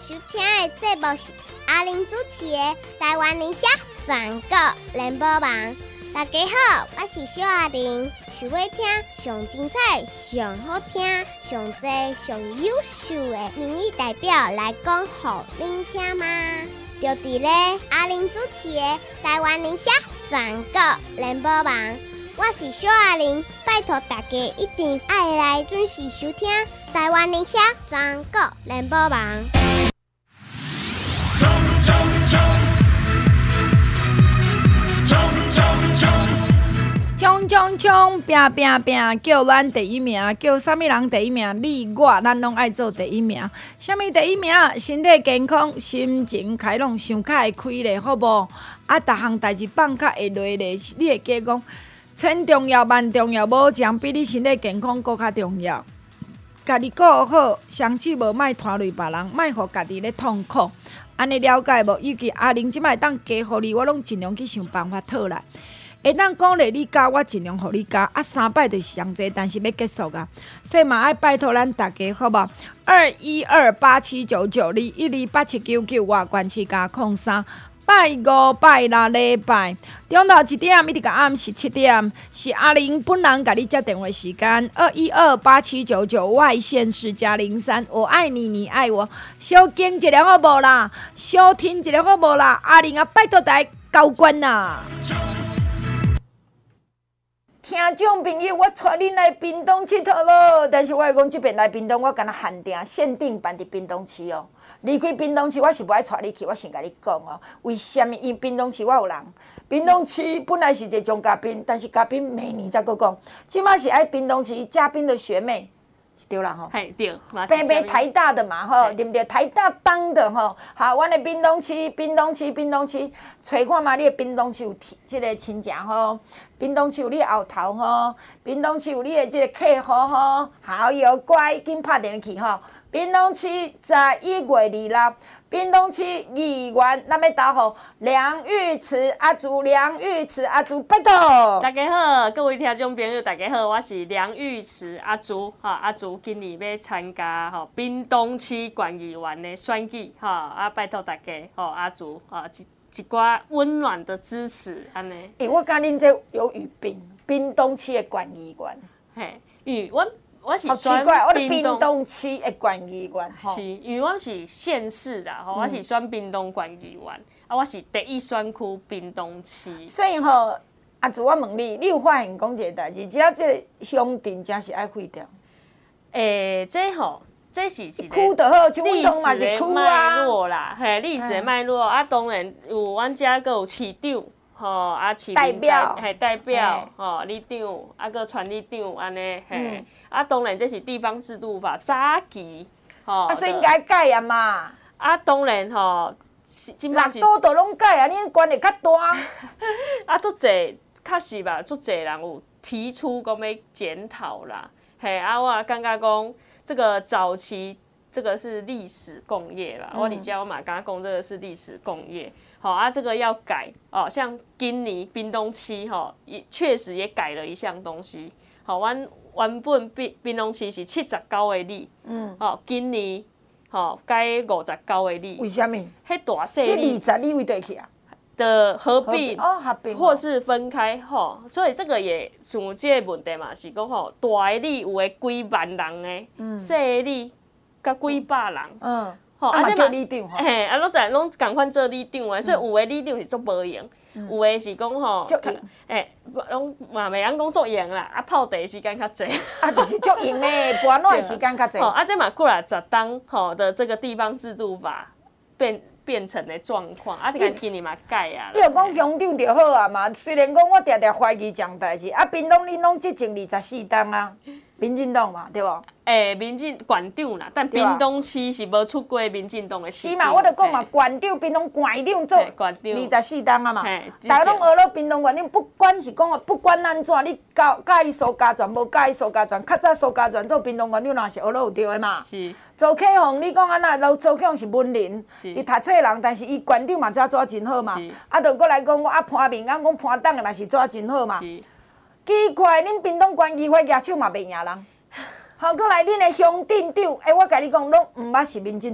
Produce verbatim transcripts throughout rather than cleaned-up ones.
收听的节目是阿玲主持的《台湾理想全国联播网》。大家好，我是小阿玲。想要听上精彩、上好听、上多、上优秀的民意代表来讲，互恁听吗？就伫咧阿玲主持的《台湾理想全国联播网》。我是小阿玲，拜托大家一定爱来准时收听台湾理想全国联播网。 冲冲冲！冲冲冲！ 冲冲冲！拼拼拼！叫咱第一名，叫啥物人第一名？你我，咱拢爱做第一名。啥物第一名？身体健康，心情开朗，想较会开咧，好无？啊，逐项代志放较会落咧，你会记讲。千重要万重要，无讲比你身体健康搁较重要。家己顾好，上次无莫拖累别人，莫互家己咧痛苦。安尼了解无？尤其阿玲即摆当加互你，我拢尽量去想办法讨来。会当鼓励你教，我尽量互你教。啊，三摆就是上济，但是要结束啊。所以嘛，爱拜托咱大家，好无？二一二八七九九二一二八七九九，我关七加空三。拜五、拜六礼拜，中昼一点一直到暗时七点，是阿玲本人甲你接电话时间。二一二八七九九外线是加零三，我爱你，你爱我，小经一下好无啦？小听一下好无啦？阿玲啊，拜托大家交关啦！听众朋友，我带恁来屏东佚佗咯，但是我讲这边来屏东，我敢若限定限定办伫屏东市哦。离开屏东市，我是无爱带你去。我先甲你讲哦，为什么？因为屏东市我有人。屏东市本来是一个中嘉宾，但是嘉宾明年才搁讲。即马是爱屏东市嘉宾的学妹，是对啦吼。 嘿对， 北北台大的嘛吼，对不对？台大帮的吼。好，阮的屏东市，屏东市，屏东市，找看嘛，你的屏东市有即个亲戚吼，屏东市有你的后头吼，屏东市有你的即个客户吼，好有乖，紧拍电话去吼。屏东市十一月二六，屏东市议员，咱要投互梁玉慈阿祖，梁玉慈阿祖，拜托。 大家好，各位听众朋友，大家好，我是梁玉慈阿祖，哈阿祖今年要参加吼屏东市县议员的选举，哈啊拜托大家，吼阿祖啊一一寡温暖的支持，安尼。 诶、欸，我甲恁这有语病，屏东市的县议员。 嘿，因为阮。我是好奇怪，我是屏东市的县议员， 是因为我是县市的，吼、嗯，我是选屏东县议员，啊，我是第一选区屏东市。 所以吼，阿祖，我问你，你有发现讲一个代志，只要这个乡镇真是爱废掉？ 诶、欸，这吼、個，这是一个区就好，像历阮东嘛史的是区脉啊。 络啦，嘿，历史的脉络啊，当然有阮遮阁有市长。吼、哦，啊，市民代表， 嘿，代表，吼、哦，里长，啊，阁传里长，安尼，嘿、嗯，啊，当然这是地方制度法早期，吼、哦， 啊，所以应该改啊嘛。 啊，当然吼、哦，即摆是， 六都都拢改啊，恁管会较大。 啊，足济，确实吧，足济人有提出讲要检讨啦，嘿，啊，我感觉讲这个早期这个是历史工业啦，嗯、我理解我嘛，刚刚讲这个是历史工业。好啊，这个要改哦，像今年屏东市吼，也确实也改了一项东西。好，阮原本屏屏东市是七十九个里，嗯，哦，今年吼改五十九个里。 为什么？ 迄大细里， 迄二十里位倒去啊？ 的合并哦，合并或是分开吼，所以这个也像这个问题嘛，是讲吼大个里有诶几万人诶，嗯，细个里甲几百人，嗯。 吼，啊，这叫里长吼， 嘿，啊，拢在拢共款做里长诶，所以有诶里长是足无用，有诶是讲吼，诶，拢嘛袂晓讲足用啦，啊，泡茶时间较济， 啊，就是足用诶，搬暖时间较济。 吼，啊，这嘛过来十当吼的这个地方制度法变变成的状况，啊，你今年嘛改啊。 你著讲乡长就好啊嘛，虽然讲我常常怀疑这样代志，啊，屏东恁拢执政二十四党啊，民进党嘛，对无？ 诶，民进县长啦，但屏东市是无出过民进党的市长。 是嘛，我著讲嘛，县长、屏东县长做二十四党啊嘛，大家拢学了屏东县长，不管是讲不管安怎，你教教伊苏家全，无教伊苏家全，较早苏家全做屏东县长，若是学了有对的嘛。 是。 周启宏，你讲安那，老周启宏是文人，伊读册人，但是伊县长嘛做做真好嘛。啊，著过来讲我啊潘明安讲潘党的嘛是做真好嘛。奇怪，恁屏东县议会举手嘛袂赢人。好，过来恁的乡镇长，诶、欸，我甲你讲，拢毋捌是民进党的，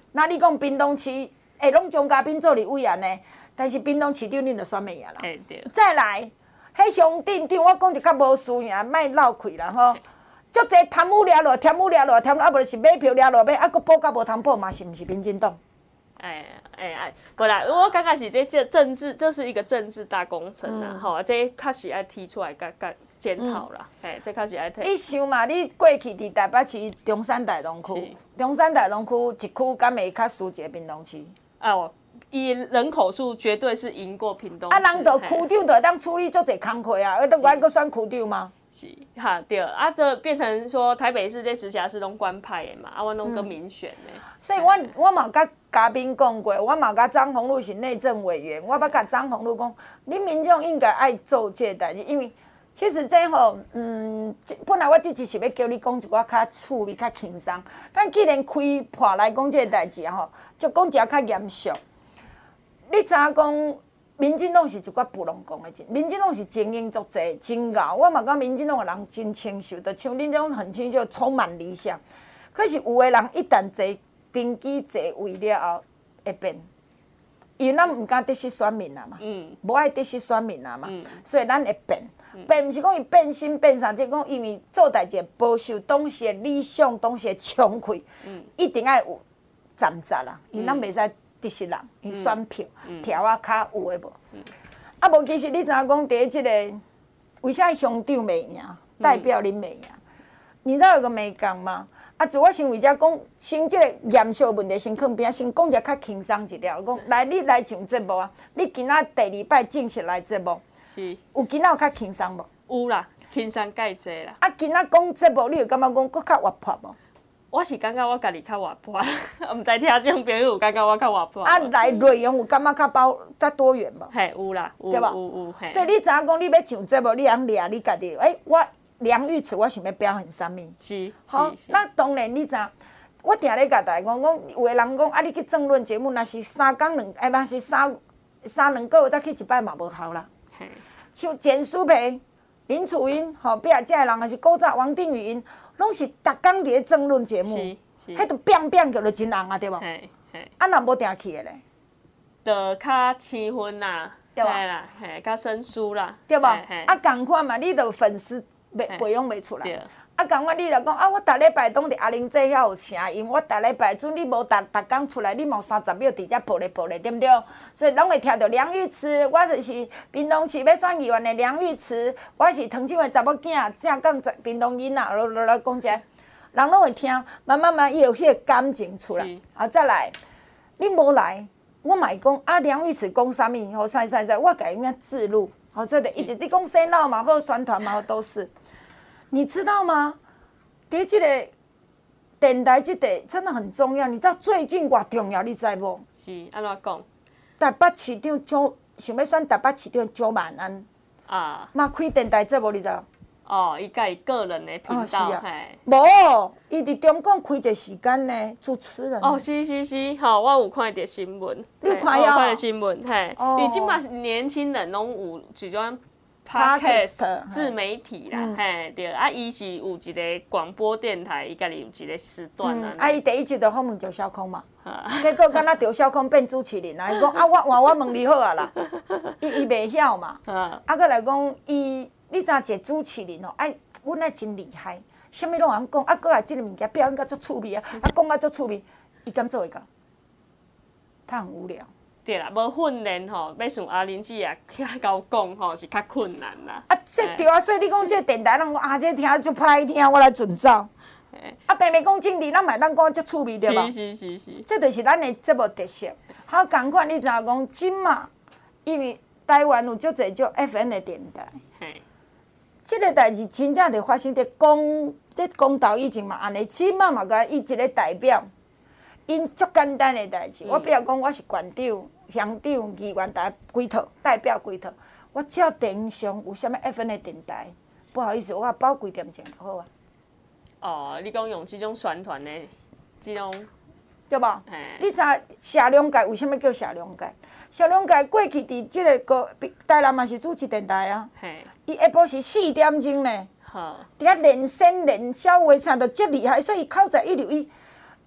那你讲屏东市会拢张嘉宾做立委安尼，但是屏东市长恁就选袂赢啦。 哎对。 再来，迄乡镇长我讲一较无输赢，莫闹气啦吼。足侪贪污掠落，贪污掠落，贪啊无就是买票掠落买，啊，佫补甲无通补嘛，是毋是民进党？ 哎哎哎，不啦，我感觉是这这政治，这是一个政治大工程啦，吼、嗯，这确实爱提出来甲甲检讨啦，哎、嗯，这确实爱提。 你想嘛，你过去伫台北市中山大东区，中山大东区一区敢会较输一个屏东市？ 哦，以人口数绝对是赢过屏东市。 啊，人就区长就会当处理足侪工课啊，而都我还佫选区长吗？ 是，哈对，啊，这变成说台北市这直辖市拢官派的嘛，啊，我拢跟民选的。嗯、 所以我我嘛甲嘉宾讲过，我嘛甲张宏陆是内政委员，我捌甲张宏陆讲，你民众应该爱做这代志，因为其实这吼，嗯，本来我只是要叫你讲一寡较趣味、较轻松，但既然开破来讲这代志吼，就讲一下较严肃。你知影讲？民进党是一寡不拢讲的真，民进党是精英足济，真熬。我嘛讲民进党的人真清秀，就像恁这种很清秀，充满理想。可是有的人一旦坐登记坐位了后，会变，因为咱毋敢得失选民啊嘛，无、嗯、爱得失选民啊嘛，嗯、所以咱会变。嗯、变毋是讲伊变心变啥，即讲因为做代志保守当时的理想，当时的冲气，嗯、一定爱有站扎啦，因为咱袂使。得失人，伊选票条啊较有诶无？啊无，其实你知影讲，第一即个为啥乡长袂赢，代表恁袂赢？你知道有个美感吗？啊，自我先为遮讲，先即个严肃问题先放边，先讲一下较轻松一条。讲来，你来上节目啊！你今仔第二摆正式来节目， 是有今仔有较轻松无？ 有啦，轻松介济啦。 啊，今仔讲节目，你有感觉讲佫较活泼无？ 我是感觉我家己较活泼，毋知听众朋友有感觉我较活泼。 啊，来内容有感觉较包较多元无？ 嘿，有啦，有有有嘿。 所以你知影讲，你要上节目，你通掠你家己。诶、欸，我梁玉慈，我想要表现啥物？ 是。 好，那当然你知影，我定咧甲大家讲，讲有诶人讲，啊，你去政论节目，若是三工两，哎，嘛是三三两个月再去一摆嘛无效啦。嘿。像简书培、林楚英，吼，比啊，遮诶人，还是古早王定宇因。拢是逐工伫咧争论节目，迄都变变叫做真红啊，对无？嘿，嘿。啊，若无定去诶咧， 就较青分啦，对啦，嘿，较生疏啦， 对无？啊，共款嘛，你著粉丝培培养袂出来。啊，共款你著讲啊，我逐礼拜拢伫阿玲姐遐有声音，我逐礼拜阵你无逐逐工出来，你冇三十秒伫遮播咧播咧，对毋对？所以拢会听到梁玉慈，我就是屏东市要选议员的梁玉慈，我是藤青的查某囝，正港屏东囡仔，落落来讲者，人拢会听，慢慢慢伊有迄个感情出来。啊，再来，你无来，我嘛会讲啊，梁玉慈讲啥物，好晒晒晒，我甲伊遐自录，好所以就一直你讲洗脑嘛好，宣传嘛好，都是。你知道吗？伫即个电台即块真的很重要。你知道最近偌重要，你知无？ 是安怎讲？ 台北市长蒋想要选台北市长蒋万安啊，嘛开电台节目，你知道？ 哦，伊家己个人的频道，嘿。 无，伊伫中港开一个时间呢，主持人。 哦，是是是，吼，我有看到新闻。 你有看呀？ 我有看到新闻，嘿。伊即马年轻人拢有一种。Podcast 自媒体啦，嗯、嘿对，啊，伊是有一个广播电台，伊家己有一个时段啊。 嗯、啊，伊第一集就访问赵小空嘛，结果敢若赵小空变主持人啊，伊讲啊，我换我问你好啊啦，伊伊袂晓嘛，啊，搁来讲伊，你知影一个主持人哦，哎，阮爱真厉害，啥物拢通讲，啊，搁来即个物件表演甲足趣味啊，啊，讲啊足趣味，伊敢做会到？他很无聊。 对啦，无训练吼，要像阿玲姐啊，遐高讲吼是较困难啦。 啊，这对啊，所以你讲这电台，人讲啊，这听足歹听，我来准走。啊，平平讲政治，咱嘛当讲足趣味对无？ 是是是是。 这就是咱的节目特色。还有共款，你知影讲，即嘛，因为台湾有足侪叫 F M 的电台。嘿。这个代志真正就发生伫公伫公道以前嘛，安尼，即嘛嘛甲伊一个代表。因足简单的代志，我比如讲，我是县长、乡长、议员，代几套代表几套，我只要电上有啥物 F M 的电台，不好意思，我报几点钟就好啊。 哦，你讲用即种宣传的，即种对无？你知社龙界为什么叫社龙界？社龙界过去伫即个个台南嘛是主持电台啊，伊下晡是四点钟呢，伫遐连线连消话，啥都足厉害，所以口才一流伊。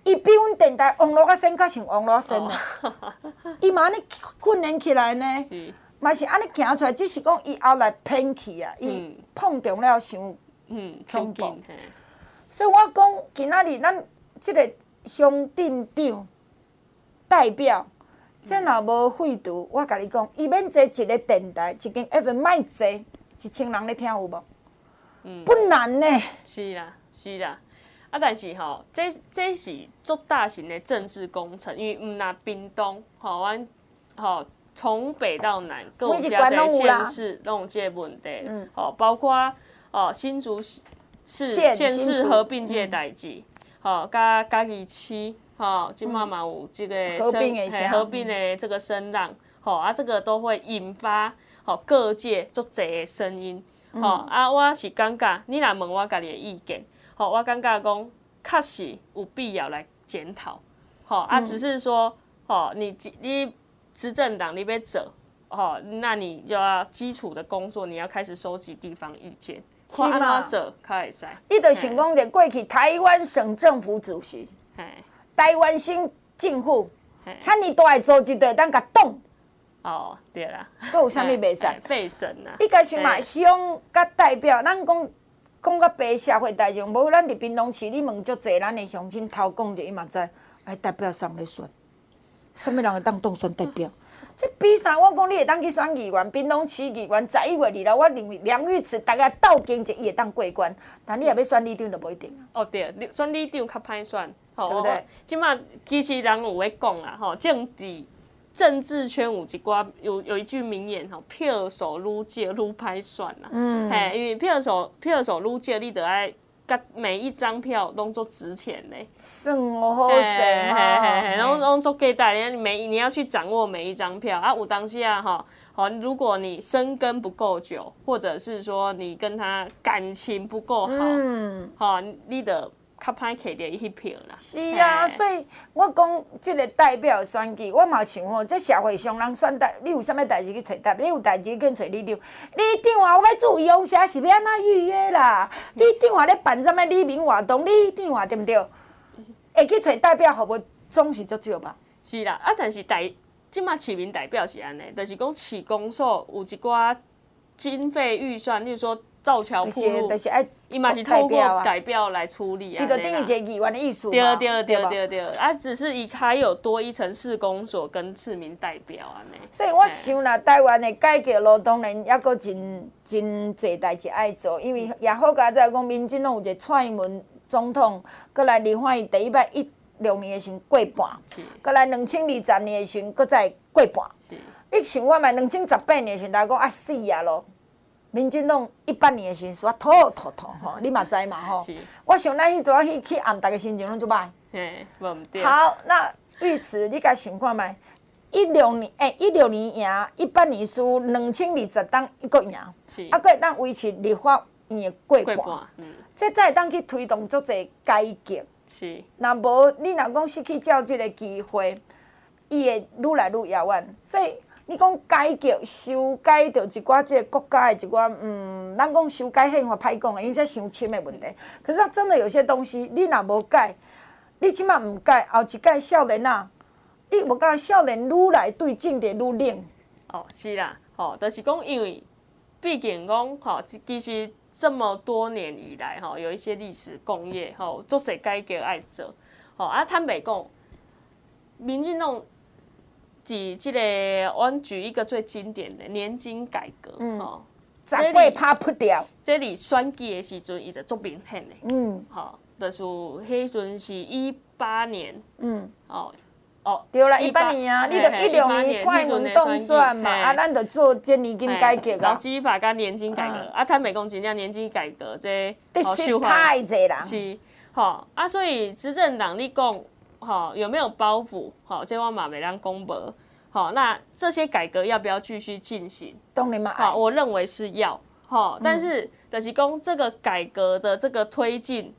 伊比阮电台网络较先较像网络先的，伊嘛安尼训练起来呢，嘛是安尼行出来，只是讲伊后来偏去啊，伊碰中了伤恐怖。所以我讲今仔日咱即个乡镇长代表，这若无废除，我甲你讲，伊免坐一个电台，一间 F M 莫坐，一千人咧听有无？不难呢。 是啦，是啦。啊，但是吼，这这是足大型的政治工程，因为毋若屏东，吼，阮吼从北到南，各有加在县市拢有这个问题，吼、嗯，包括哦新竹市县市合并这个代志，吼、嗯，甲嘉义市，吼，今嘛嘛有这个合并的合并的这个声浪，吼，啊，这个都会引发吼各界足侪的声音，吼、嗯，啊，我是感觉，你若问我家己的意见。吼，我感觉讲，确实有必要来检讨。吼，啊，只是说，吼，你你执政党你要走，吼，那你就要基础的工作，你要开始收集地方意见，看安怎走较会使。 伊就想讲着过去台湾省政府主席，台湾省政府，遐尼大的组织就会当甲挡。 哦，对啦。 佫有啥物袂使？ 备审啊。 伊家想嘛，乡甲代表，咱讲。讲到白社会大众，无咱伫屏东市，你问足济咱的乡亲头讲者，伊嘛知，哎，代表上咧选，什么人会当当选代表？这比啥？我讲你会当去选议员，屏东市议员十一月二日，我认梁玉慈大家斗竞争，伊会当过关，但你若要选里长就无一定啊。 哦对，选里长较歹选， 对不对？ 即马其实人有咧讲啦，吼，政治。政治圈有一寡有有一句名言吼，票手愈借愈歹选啦。嗯，嘿，因为票手票手愈借，你得爱甲每一张票拢做值钱嘞。 算我好势嘛， 拢拢做价值，你每你要去掌握每一张票啊。有当时啊，吼，好，如果你生根不够久，或者是说你跟他感情不够好，嗯，好，你得。较歹摕到伊迄票啦。 是啊，所以我讲即个代表选举，我嘛想吼，这社会上人选代，你有啥物代志去找代表？你有代志去找里长。里长啊，我要做游侠是要安怎预约啦？里长啊，咧办啥物里民活动？里长啊，对毋对？会去找代表，服务总是足少吧？ 是啦，啊，但是代即马市民代表是安尼，就是讲市公所有一寡经费预算，例如说。造桥铺路， 就是爱， 伊嘛是透过代表来处理啊。 伊就等于一个议员的意思嘛。 对对对对对，啊，只是伊还有多一层市公所跟市民代表安尼。 所以我想啦，台湾的改革路当然还阁真真侪代志爱做，因为也好佳在讲，民进党有一个蔡英文总统，过来立法院第一摆一六年的时候过半，过来两千二十年的时候，搁再过半。你想我嘛，两千十八年的时候，大家讲啊死啊咯。民进党一八年的时阵，吐吐吐吼，你嘛知嘛吼？我想咱迄阵去去暗，大家心情拢足歹。 嘿，无毋对。 好，那玉慈，你甲想看觅？一六年，诶、欸，一六年赢，一八年输，两千二十当一个赢，啊，佫会当维持立法院的过半。嗯，这才会当去推动足侪改革。 是。 若无，你若讲失去照即个机会，伊会愈来愈遥远。所以。你讲改革、修改着一寡即个国家的一寡，嗯，咱讲修改宪法歹讲的，因为这伤深的问题。可是它真的有些东西，你若无改，你即马毋改，后一届少年啊，你无甲少年愈来对政治愈冷。 哦，是啦，吼，就是讲，因为毕竟讲，吼，其实这么多年以来，吼，有一些历史工业，吼，做侪改革爱做，吼，啊，坦白讲，民进党。以这个，我举一个最经典的年金改革，吼、 嗯，十八趴扑掉。 这里选举的时阵，伊就足明显的，嗯，吼，就是迄阵是一八年，嗯，哦，哦， 对啦，一八年啊，你著一六年蔡英文当选嘛，啊，咱著做这年金改革啊， 劳基法甲年金改革，啊，坦白讲，真正年金改革这， 哦，修太济啦， 是，吼，啊，所以执政党你讲。好，有没有包袱？好，这我嘛袂当公布。好，那这些改革要不要继续进行？ 当然嘛， 好，我认为是要。好，但是就是讲这个改革的这个推进，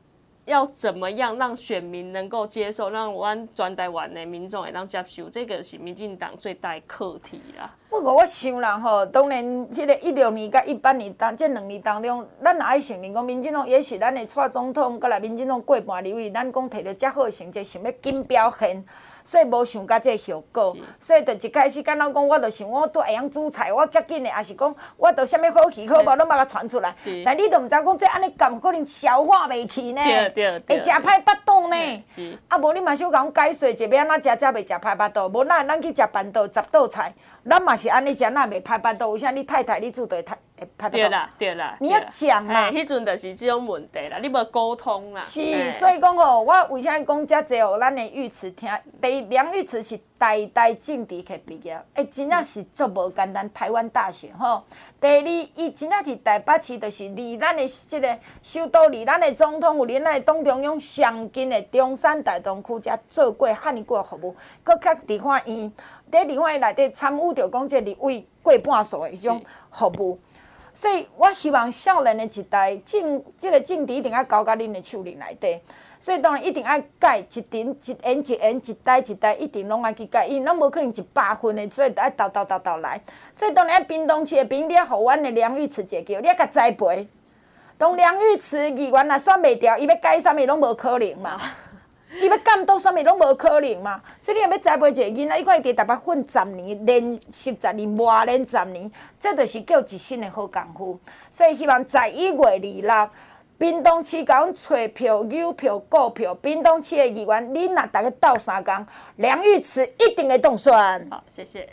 要怎么样让选民能够接受，让阮全台湾的民众会当接受，这个是民进党最大的课题啦。 不过我想啦吼，当然，即个一六年甲一八年当这两年当中，咱也爱承认讲，民进党也是咱的蔡总统，甲来民进党过半立委，咱讲摕到遮好的成绩，想要紧表现。所以无想到这效果，所以就一开始敢若讲，我就想我拄会晓煮菜，我急紧的，也是讲我着啥物好气好无，拢把它传出来。但你都毋知讲这安尼干，可能消化袂去呢，会食歹巴肚呢。啊，无你嘛小甲阮解说者，要安怎食才袂食歹巴肚？无那咱去食板道、十道菜，咱嘛是安尼食，那袂歹巴肚。为啥你太太你煮着会歹会歹巴肚？ 对啦，对啦。 你要讲嘛。 迄阵就是即种问题啦，你无沟通啦。 是，所以讲吼，我为啥讲遮济互咱的玉池听？第一，梁玉池是台大政治系毕业，诶，真正是足无简单。台湾大学吼。第二，伊真正伫台北市，就是离咱的即个首都，离咱的总统有离咱的党中央上近的中山大同区遮做过遐尼久的服务，搁较立法院，伫立法院内底参与着讲即立委过半数的迄种服务。所以我希望少年的一代政，即个政治一定要交到恁的手里内底。所以当然一定要改，一点一言一言，一代一代一定拢爱去改，因为咱无可能一百分的，所以爱斗斗斗斗来。所以当然屏东市的兵，你互阮的梁玉池一个，你要甲栽培。当梁玉池议员若选袂掉，伊要改啥物拢无可能嘛。伊要监督啥物拢无可能嘛，所以你若要栽培一个囡仔，伊看伊伫台北混十年，练十十年，磨练十年，这就是叫一身的好功夫。所以希望十一月二六，屏东市甲阮找票、邮票、购票，屏东市的议员，恁若大家斗相共，梁玉池一定会当选。 好，谢谢。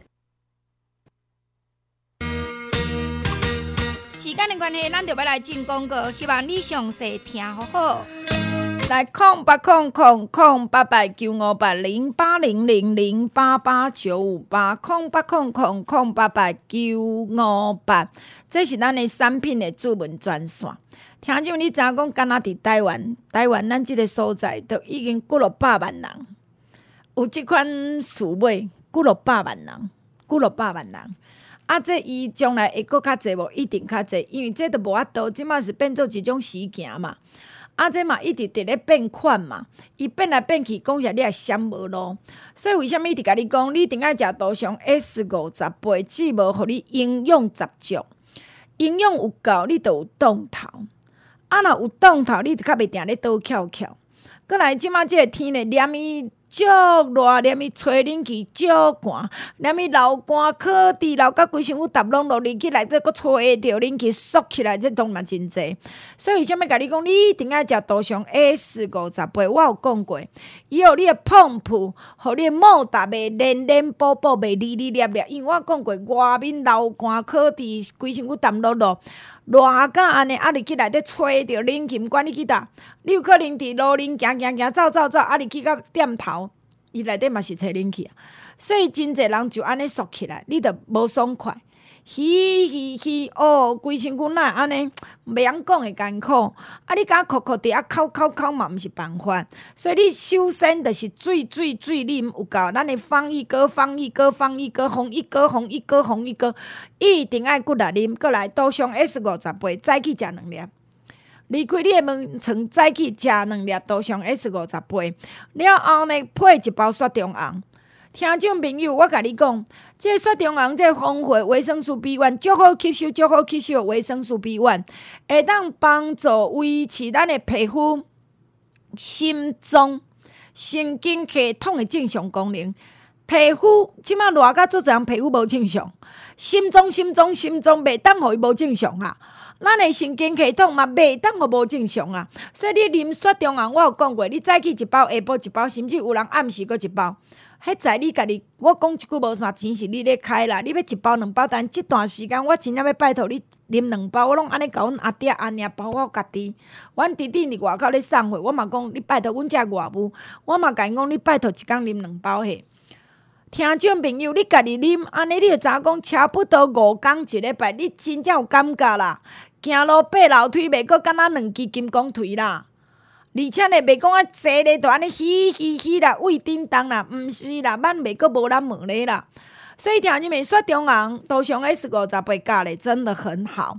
时间的关系，咱就要来进广告，希望你详细听好好。 来空八空空空八八九五八零八零零零八八九五八空八空空空八八九五八，这是咱的产品的主文专线。听众，你知影讲，敢若伫台湾，台湾咱即个所在，都已经几落百万人有即款事买，几落百万人，几落百万人。啊，这伊将来会搁较济无？一定较济，因为这都无法度，即马是变做一种时行嘛。啊，这嘛一直伫咧变款嘛，伊变来变去，讲实你也想无咯。所以为什么一直甲你讲，你一定爱食多上 S 五十倍，只无互你营养十足，营养有够，你就有档头。啊，若有档头，你就较袂定咧倒翘翘。过来，即马即个天呢，连伊足热，连伊吹冷气足寒，连伊流汗可滴流到规身躯沓拢落入去内底，佫吹着冷气缩起来，这当嘛真济。所以，为什么甲你讲，你一定爱食多上 S 五十倍？我有讲过，伊互你的pomp，互你的毛达袂黏黏补补，袂哩哩粒粒。因为我讲过，外面流汗可滴，规身躯沓落落。热甲安尼，啊！入去内底吹着冷气，毋管你去倒，你有可能伫路顶行行行走走走，啊！入去到店头，伊内底嘛是吹冷气啊。所以真侪人就安尼缩起来，你着无爽快，嘻嘻嘻哦，规身躯哪安尼，袂晓讲会艰苦。啊！你甲哭哭伫遐哭哭哭嘛，毋是办法。所以你首先着是水水水啉有够，咱的方一哥、方一哥、方一哥、红一哥、红一哥、红一哥，一定爱骨力啉，过来多上 S 五十倍，早起食两粒。离开你的门床，早起食两粒，多上 S 五十倍。了后呢，配一包雪中红。听众朋友，我甲你讲，这个雪中红这个丰富维生素 B 一 足好吸收，足好吸收维生素 B 一，会当帮助维持咱的皮肤、心脏、神经系统的正常功能。皮肤即马热甲做人皮肤无正常，心脏、心脏、心脏袂当互伊无正常啊。咱的神经系统嘛袂当互无正常啊。所以你啉雪中红，我有讲过，你早起一包，下晡一包，甚至有人暗时佫一包。迄在你家己，我讲一句无啥钱是你咧开啦。你要一包两包，但即段时间我真正要拜托你啉两包，我拢安尼甲阮阿爹阿娘包我家己。阮弟弟伫外口咧送货，我嘛讲你拜托阮遮外母，我嘛甲因讲你拜托一工啉两包嘿。听众朋友，你家己啉，安尼你就知影讲差不多五工一礼拜，你真正有感觉啦。行路爬楼梯袂阁敢若两支金刚腿啦。而且呢，袂讲啊，坐咧就安尼嘻嘻嘻啦，胃叮当啦，毋是啦，慢袂阁无咱问咧啦。所以听你们雪中红多上 S 五十倍价咧，真的很好。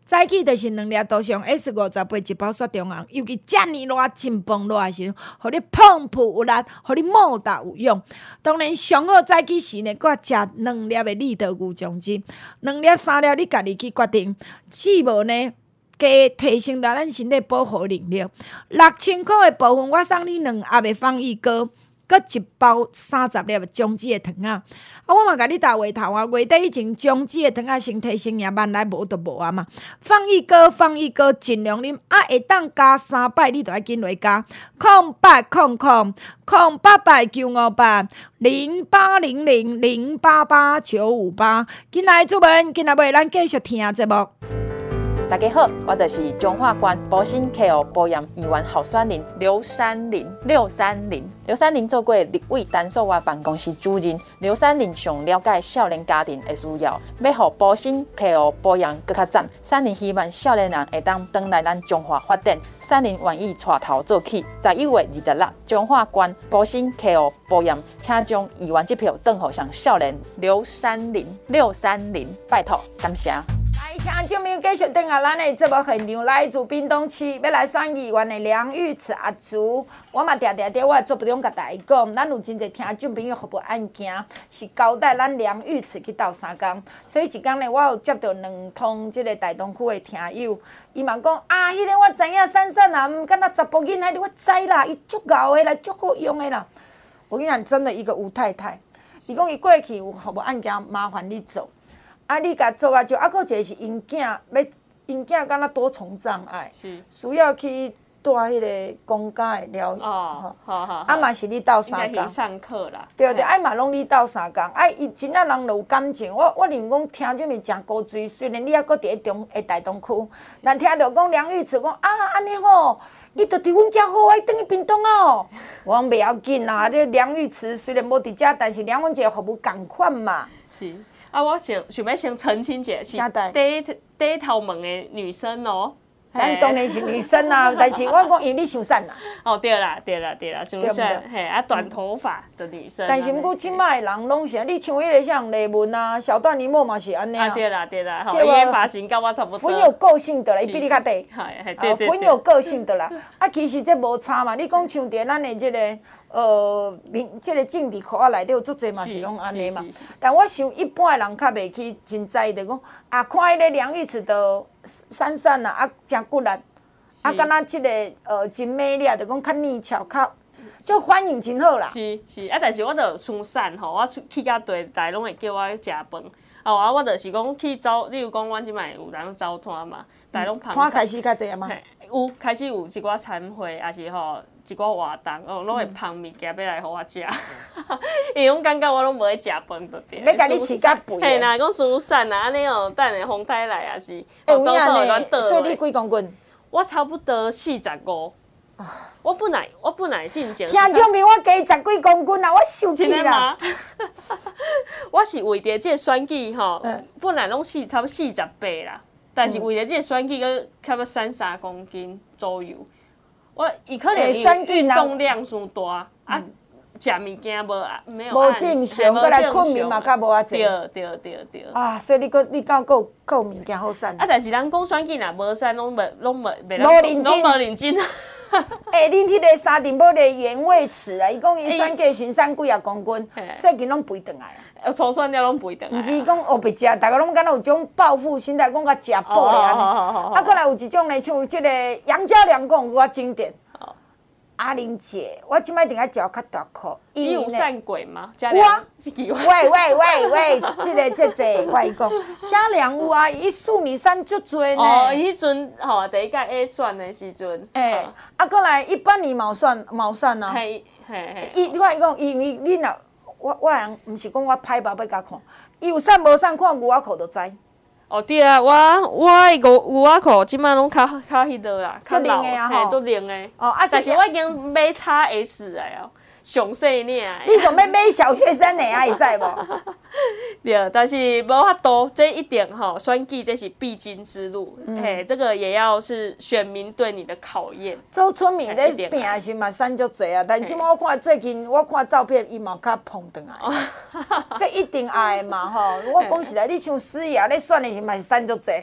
早起就是两粒多上 S 五十八一包雪中红，尤其遮尔热真崩热的时候，互你澎湃有力，互你莫大有用。当然上好早起时呢，搁食两粒的利德牛酱汁，两粒三粒你家己去决定。四无呢，加提升到咱身体保护能力。六千块的部分，我送你两盒的放逸膏。搁一包三十粒姜子的糖啊！啊，我嘛甲你搭话头啊，月底以前姜子的糖啊，身体生营万来无就无啊嘛。放逸膏，放逸膏，尽量啉，啊，会当加三摆，你就要紧来加。空八空空空八八九五八零八零零零八八九五八。今仔主文，今仔尾咱继续听节目。 大家好，我就是中华关保心 K O 保养医院候选人刘三林。刘三林，刘三林做过立委单数外办公室主任。刘三林上了解少年家庭的需要，要互保心 K O 保养更较赞。三林希望少年人会当回来咱中华发展。三林愿意带头做起。十一月二十六，中华关保心 K O 保养，请将议员这票转互上少年刘三林。刘三林，拜托，感谢。 来，听众朋友继续登下咱的节目现场，来自屏东市要来选议员的梁玉慈阿叔，我嘛定定伫我的节目中甲大家讲，咱有真侪听众朋友服务案件是交代咱梁玉慈去斗三工，所以一天呢，我有接到两通即个大东区的听友，伊嘛讲啊，迄、那个我知影珊珊啊，毋敢若查甫囡仔，我知啦，伊足敖的啦，足好用的啦。我跟你讲，真的一个吴太太，伊讲伊过去有服务案件麻烦你做。啊！你甲做啊就，啊，佫一个是因囝要因囝敢若多重障碍，需要去带迄个公家的疗愈， 哦，好好， 啊嘛是你斗三工， 工上课啦， 对对，啊嘛拢你斗三工，啊伊真正人有感情，我我认为讲听种物真高水，虽然你还佫伫咧中诶大东区，但听到讲梁玉慈讲啊安尼吼，你著伫阮遮好，爱转去屏东哦。我讲袂要紧啦，这梁玉慈虽然无伫遮，但是两阮一个服务共款嘛。 是。啊，我想想要先澄清一下，是第第头问的女生哦。 咱当然是女生啊，但是我讲因你伤瘦啦。 哦，对啦，对啦，对啦，伤瘦，嘿，啊，短头发的女生。 但是毋过即摆的人拢是，你像迄个像丽文啊、小段柠檬嘛是安尼啊。 啊，对啦，对啦，吼，伊的发型甲我差不多。 很有个性的啦，伊比你较低。 系系，对对对。 很有个性的啦，啊，其实这无差嘛。你讲像伫咱的即个。呃，民即个政治课啊内底有足侪嘛是拢安尼嘛，但我想一般的人较袂去真在意，就讲啊，看迄个梁玉慈的闪闪啊，啊，真骨力，啊，敢若即个呃真美丽，就讲较嫩俏，较就反应真好啦。 是是，啊，但是我著伤瘦吼，我去到地台拢会叫我食饭，哦啊，我著是讲去走，例如讲，阮即摆有人走摊嘛，但拢捧摊开始较济啊嘛。 有开始有一寡餐会，也是吼一寡活动，哦，拢会捧物件要来互我食。伊拢感觉我拢无咧食饭着对。 要甲你饲甲肥。 嘿啦，讲伤瘦啊，安尼哦，等下风台来也是， 哦， 走走会乱倒。 所以你几公斤？ 我差不多四十五。我本来我本来进前。 听众朋友，我加十几公斤啦，我受气啦。 我是为着即个选举吼，本来拢四差不多四十八啦。但是为了这个选举，佮差不多三三公斤左右，我伊可能伊运动量伤大，啊，食物件无没有无正常，佮来困眠嘛，较无啊济。 对对对对。 啊，所以你佮你敢佮佮物件好瘦。 啊，但是咱讲选举若无瘦，拢无拢无袂无认真， 拢无认真。 诶，恁迄个沙丁堡的原味池啊，伊讲伊选计先瘦几啊公斤，最近拢肥转来啊。 粗选了拢肥转来。 毋是讲黑白食，逐个拢敢若有种报复心态，讲甲食饱咧安尼。啊，过来有一种咧，像即个杨家良讲较经典。阿玲姐，我即摆定爱食较大颗。 伊有善鬼吗？ 有啊。 喂喂喂喂，即个即个我伊讲，家良有啊，伊数米三足多呢。 哦，迄阵吼第一届 A 选的时阵。 诶，啊，过来一般你毛选毛选啊。 嘿嘿嘿。 伊你看伊讲，伊伊你若我我人毋是讲我歹吧要甲看，伊有瘦无瘦看牛仔裤就知。 哦对啊，我我诶牛牛仔裤即摆拢较较迄落啦，较老嘿，足冷诶。哦啊，但是我已经买 X S 诶哦，上细领诶。 你想要买小学生的啊？会使无？ 对，但是无法度，这一点吼，选举这是必经之路，嘿，这个也要是选民对你的考验。 周春米咧拼的时嘛瘦足侪啊，但即摆我看最近我看照片，伊嘛较胖转来。这一定爱嘛吼！我讲实在，你像思雅咧选的时嘛是瘦足侪，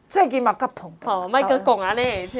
最近嘛较碰到。 吼，莫阁讲安尼，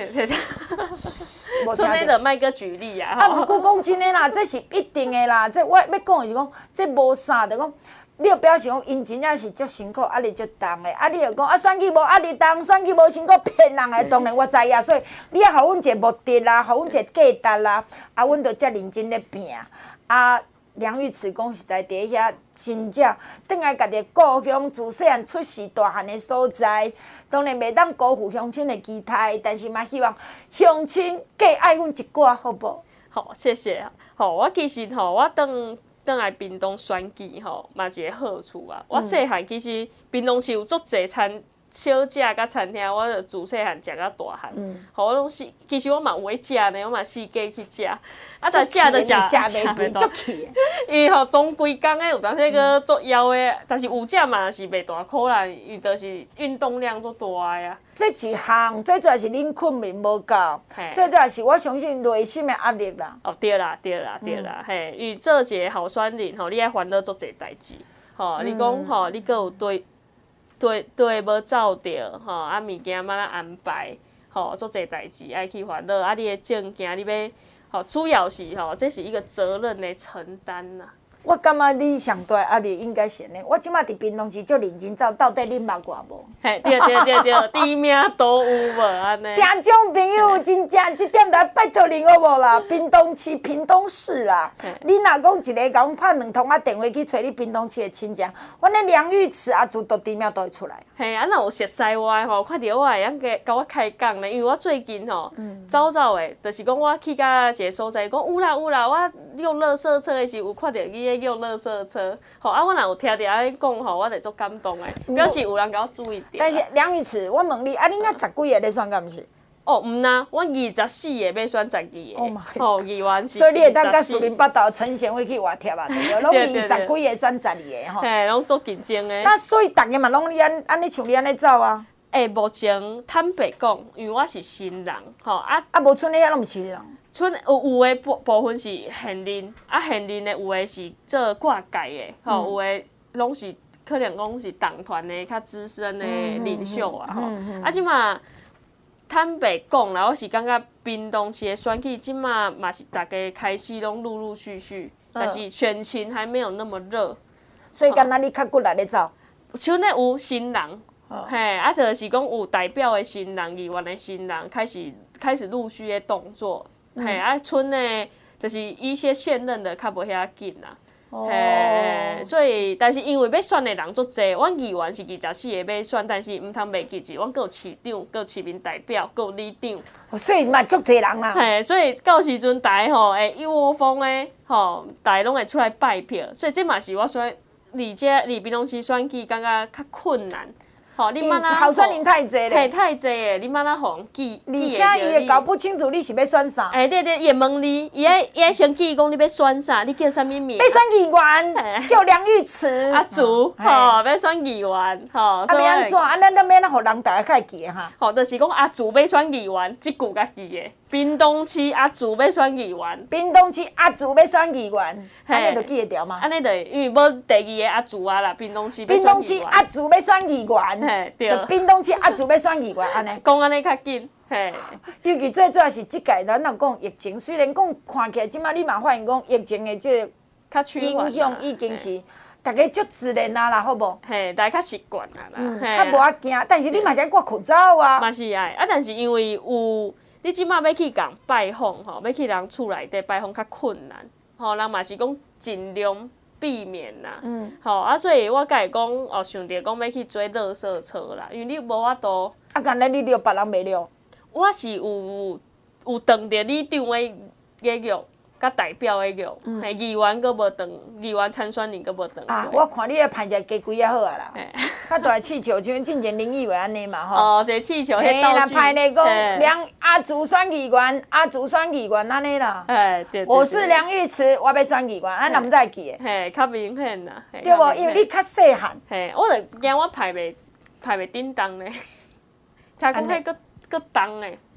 剩诶就莫阁举例啊。 啊，毋过讲真诶啦，这是一定诶啦。这我要讲诶是讲，这无啥，就讲你要表示讲，因真正是足辛苦，压力足重诶。啊，你又讲啊，选举无压力重，选举无辛苦，骗人诶。当然我知影，所以你啊，互阮一个目的啦，互阮一个价值啦，啊，阮着遮认真咧拼。啊，梁玉慈讲实在伫遐真正，转来家己故乡自细汉出世大汉诶所在，当然袂当辜负乡亲诶期待，但是嘛希望乡亲加爱阮一寡，好无？ 好，谢谢。吼，我其实吼，我当倒来屏东选举吼，嘛是个好处啊。我细汉其实屏东市有足侪餐小食甲餐厅，我着自细汉食到大汉。嗯，吼，我拢是，其实我嘛有去食呢，我嘛四界去食，啊，但食着食食袂变，足气。 因为吼总规工诶，有当时个作枵诶，但是有食嘛是袂大可能，伊着是运动量足大诶啊。 这一项，最主要是恁困眠无够，最主要是我相信内心的压力啦。 哦，对啦，对啦，对啦，嗯、嘿，因为做一个候选人吼，你爱烦恼足侪代志，吼、嗯，你讲吼，你阁有对对对无走着，吼，啊物件怎啊安排，吼，足侪代志爱去烦恼，啊你的证件你要，吼，主要是吼，这是一个责任的承担呐。 我感觉你上大压力应该是安尼。我即摆伫屏东市足认真走，到底恁捌我无？ 嘿，对对对对，第一名都有无安尼？ 听众朋友，真正即点来拜托恁好无啦？屏东市、屏东市啦，你若讲一个甲阮拍两通啊电话去找你屏东市的亲戚，阮的梁玉慈阿祖都第一名都会出来。 嘿，啊，若有熟悉我吼，看到我会晓甲甲我开讲呢，因为我最近吼， 嗯、 早早的，就是讲我去到一个所在，讲有啦有啦，我用垃圾车的时候有看到你。叫垃圾车，吼啊！我若有听到安尼讲吼，我就足感动诶，表示有人甲我注意到。 但是梁玉慈，我问你，啊，恁遐十几个咧选，敢毋是？ 哦，毋呐，我二十四个要选十二个，吼，议员是。 所以你会当甲树林北道陈贤惠去活贴啊？对，拢二十几个选十二个吼。 嘿，拢足竞争诶。 那所以逐个嘛拢你安安尼像你安尼走啊？ 诶，目前坦白讲，因为我是新人，吼啊啊，无剩你遐拢毋是人。 剩有有诶部部分是现任，啊现任诶有诶是做挂界诶，吼、嗯、有诶拢是可能讲是党团诶较资深诶领袖啊，吼、嗯嗯嗯、啊即马坦白讲啦，我是感觉屏东市诶选举即马嘛是大家开始拢陆陆续续，嗯、但是选情还没有那么热， 所以敢若你较骨力咧走， 像咧有新人。哦、嘿，啊，就是讲有代表诶新人、议员诶新人开始开始陆续诶动作。嗯、嘿，啊，剩诶就是一些现任的较无遐紧啦。哦。嘿，所以，但是因为要选的人足济，阮议员是二十四个要选，但是毋通袂记住，阮阁有市长，阁有市民代表，阁有里长。 哦，所以嘛足济人啦。 嘿，所以到时阵大家吼会一窝蜂诶，吼，大家拢会出来拜票，所以这嘛是我选离这离屏东市选举感觉较困难。吼，你莫哪候选人太济咧， 嘿，太济诶，你莫哪互人记记而且伊会搞不清楚你是要选啥。 哎，对对，伊会问你，伊爱伊爱先记讲你要选啥，你叫啥物名？ 要选议员，叫梁玉慈。 阿祖，吼，要选议员，吼。啊， 要安怎？啊，咱咱要哪互人大家较会记哈？ 吼，就是讲阿祖要选议员，即句较记诶。屏东市阿祖要选议员， 屏东市阿祖要选议员，安尼就记得掉吗？ 安尼就因为无第二个阿祖啊啦，屏东市。 屏东市阿祖要选议员， 嘿，对。 屏东市阿祖要选议员，安尼。 讲安尼较紧，嘿。 尤其最主要是即届咱若讲疫情，虽然讲看起来即摆你嘛发现讲疫情的即个影响已经是大家足自然啊啦，好无？ 嘿，大家较习惯啊啦， 较无啊惊，但是你嘛是爱挂口罩啊。 嘛是爱，啊，但是因为有。你即马要去共拜访吼，要去人厝内底拜访较困难，吼，人嘛是讲尽量避免啦，嗯，吼啊，所以我甲伊讲，哦，想着讲要去做垃圾车啦，因为你无法度。 啊，干那你留别人袂留？ 我是有有当着里长的业务，甲代表的业务，嘿，议员阁无当，议员参选人阁无当。 啊，我看你个排只加几啊好啊啦。较大气球，像进前林议员安尼嘛吼。 哦，一个气球迄道具。 嘿，排咧讲梁阿祖选议员，阿祖选议员安尼啦。 哎，对。 我是梁玉慈，我要选议员，啊，人在记的。 嘿，较明显啦。 对无？因为你较细汉。 嘿，我就惊我排袂排袂叮当咧，听讲迄个个重咧。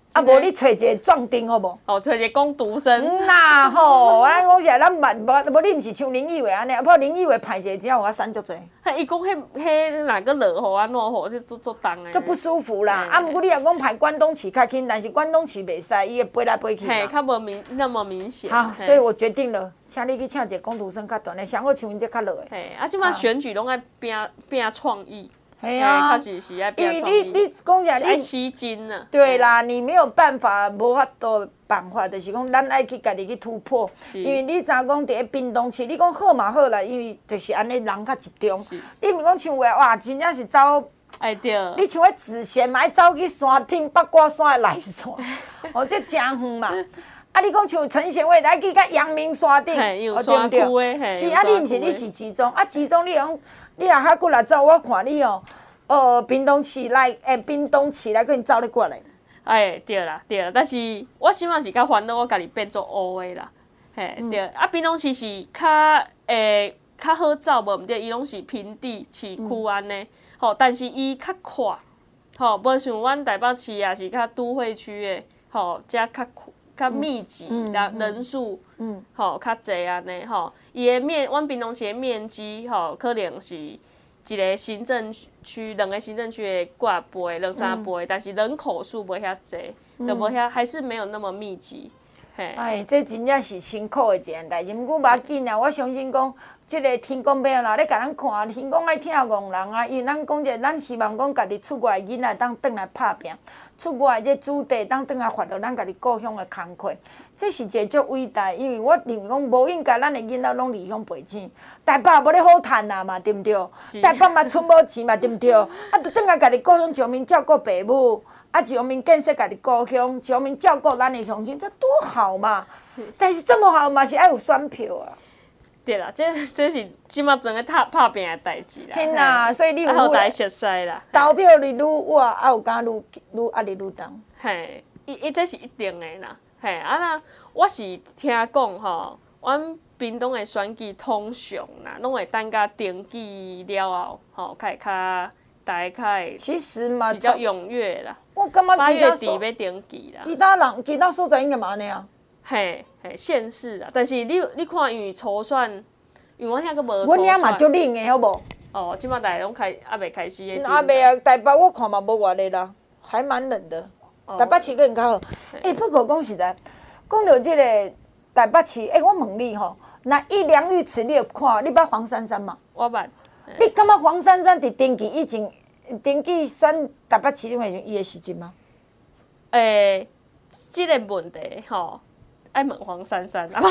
啊，无你找一个壮丁好无？ 哦，找一个工读生。 嗯啦吼，我讲起来，咱万无无你毋是像林奕伟安尼，啊，不过林奕伟歹一个，只有我删足济， 嘿，伊讲迄迄哪个落雨安怎好，这做做重诶。 足不舒服啦。 嘿啊，毋过你若讲排关东起较紧，但是关东起袂使，伊会飞来飞去嘿， 嘛。 较无明那么明显。 好， 嘿所以我决定了，请你去请一个工读生较短的，上好像阮这较落的。 嘿，啊，即摆选举拢爱拼拼创意。 系啊， 确实是爱因拼创意。 为你你讲起来，你是爱吸睛啊。 对啦，你没有办法，无法度办法，就是讲咱爱去家己去突破。因为你知影讲伫咧冰冻市，你讲好嘛好啦，因为就是安尼人较集中。你毋是讲像话哇，真正是走。 哎对。 你像迄紫线嘛，爱走去山顶八卦山的内山，哦，这真远嘛。啊，你讲像陈贤伟来去甲阳明山顶， 哦对毋对？ 是啊，你毋是你是集中啊，集中你讲。你若较过来走，我看你哦，呃，屏东市来，诶，屏东市来，跟走咧过来。 哎，对啦，对啦，但是我心嘛是较烦恼，我家己变做乌的啦，嘿，嗯、对。啊，屏东市是较诶较好走，无毋对，伊拢是平地市区安尼，吼、嗯，但是伊较快，吼，无像阮台北市也是较都会区的，吼，遮较较密集，人、嗯、人数，嗯，吼较侪安尼，吼，伊的面，阮屏东市的面积，吼，可能是一个行政区，两个行政区的挂倍、两三倍，嗯、但是人口数无遐侪，就无遐，还是没有那么密集。嘿， 哎，这真正是辛苦的一件代志，毋过无要紧啊，我相信讲，即个天公伯啦，咧甲咱看，天公爱疼憨人啊，因为咱讲者，咱希望讲家己出外的囡仔当转来拍拼。出外这子弟当转来发落咱家己故乡的工课，这是一个足伟大。因为我认为讲无应该咱的囡仔拢离乡背井，台北无咧好趁啊嘛，对毋对？台北嘛剩无钱嘛，对毋对？啊，就转来家己故乡上面照顾爸母，啊，上面建设家己故乡，上面照顾咱的乡亲，这多好嘛！但是这么好嘛，是爱有选票啊。 对啦，这这是即马整个拍拍拼的代志啦。 嘿啦，所以你有互大家熟悉啦。 投票率愈活，啊有敢愈愈压力愈重。 嘿，伊伊这是一定的啦。嘿，啊那我是听讲吼，阮屏东的选举通常啦，拢会等甲登记了后，吼，较会较大家较会其实嘛比较踊跃啦。 我感觉八月底要登记啦。 其他人其他所在应该嘛安尼啊。 嘿，嘿，县市啊，但是你你看，因为筹算，因为我遐佫无筹算。阮遐嘛足冷的，好无？ 哦，即马大家拢开还未开始的。 还未啊，台北我看嘛无偌热啦，还蛮冷的。台北市可能较好。诶，不过讲实在，讲到即个台北市，诶，我问你吼，那以梁玉慈你有看？你捌黄珊珊嘛？ 我捌。 你感觉黄珊珊伫登记以前，登记选台北市种伊的时阵吗？ 诶，即个问题吼。爱问黄珊珊啊，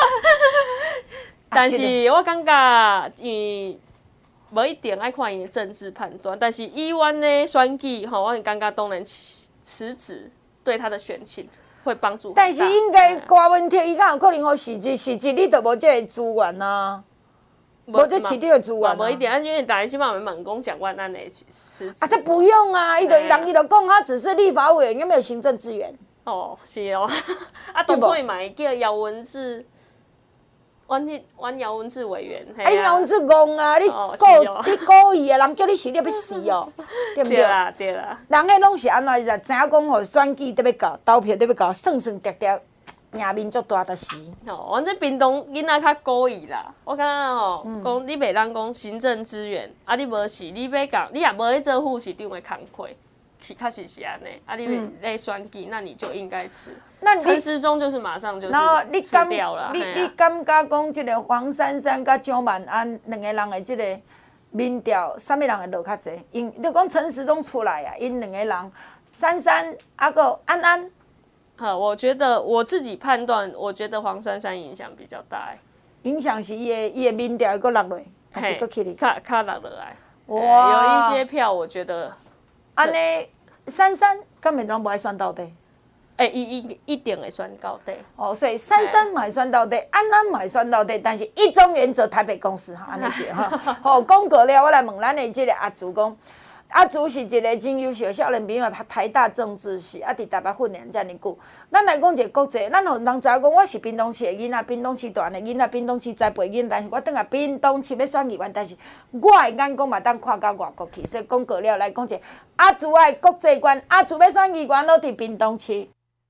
但是我感觉，因为无一定爱看伊的政治判断，但是以阮的选举吼，我感觉当然辞职对他的选情会帮助很大。 但是应该柯文哲伊敢有可能好实质实质你都无这个资源啊，无这市场的资源啊。 无一定，因为大家起码问问讲蒋万安的辞职。 啊，他不用啊，伊就人伊就讲他只是立法委员，有没有行政资源？ 哦，是哦，啊，当初伊嘛会叫姚文智，阮迄阮姚文智委员， 啊，你姚文智戆啊，你故你故意啊，人叫你死你要死哦，对不对？ 对啦，对啦。 人迄拢是安怎？就知影讲吼，选举得要搞，投票得要搞，算算叠叠，赢面足大的死。 哦，阮这屏东囡仔较故意啦，我感觉吼，讲你袂当讲行政资源，啊，你无是你要讲，你也无去做副市长的工课。是确实是安尼，啊，你咧选举，那你就应该吃。那陈时中就是马上就是吃掉了。 你你感觉讲即个黄珊珊甲蒋万安两个人的即个民调，啥物人会落较济？因你讲陈时中出来啊，因两个人，珊珊啊个安安。 好，我觉得我自己判断，我觉得黄珊珊影响比较大。影响是伊的伊的民调会搁落落，还是搁起哩？ 较较落落来。哇！有一些票，我觉得。 安尼，珊珊敢袂当无爱选到底？ 诶、欸，伊伊一定会选到底。 哦，所以珊珊嘛会选到底，安安嘛会选到底，但是一中原则台北公司哈，安尼叫哈。好，讲过了，我来问咱的即个阿祖讲， 阿祖是一个真优秀的少年朋友，读台大政治系，啊，伫台北训练遮尔久。咱来讲一个国际，咱互人知影讲我是屏东市的囡仔，屏东市大的囡仔，屏东市栽培囡仔，但是我倒来屏东市要选议员，但是我的眼光嘛当看到外国去，所以讲过了来讲一个阿祖的国际观，阿祖要选议员都伫屏东市。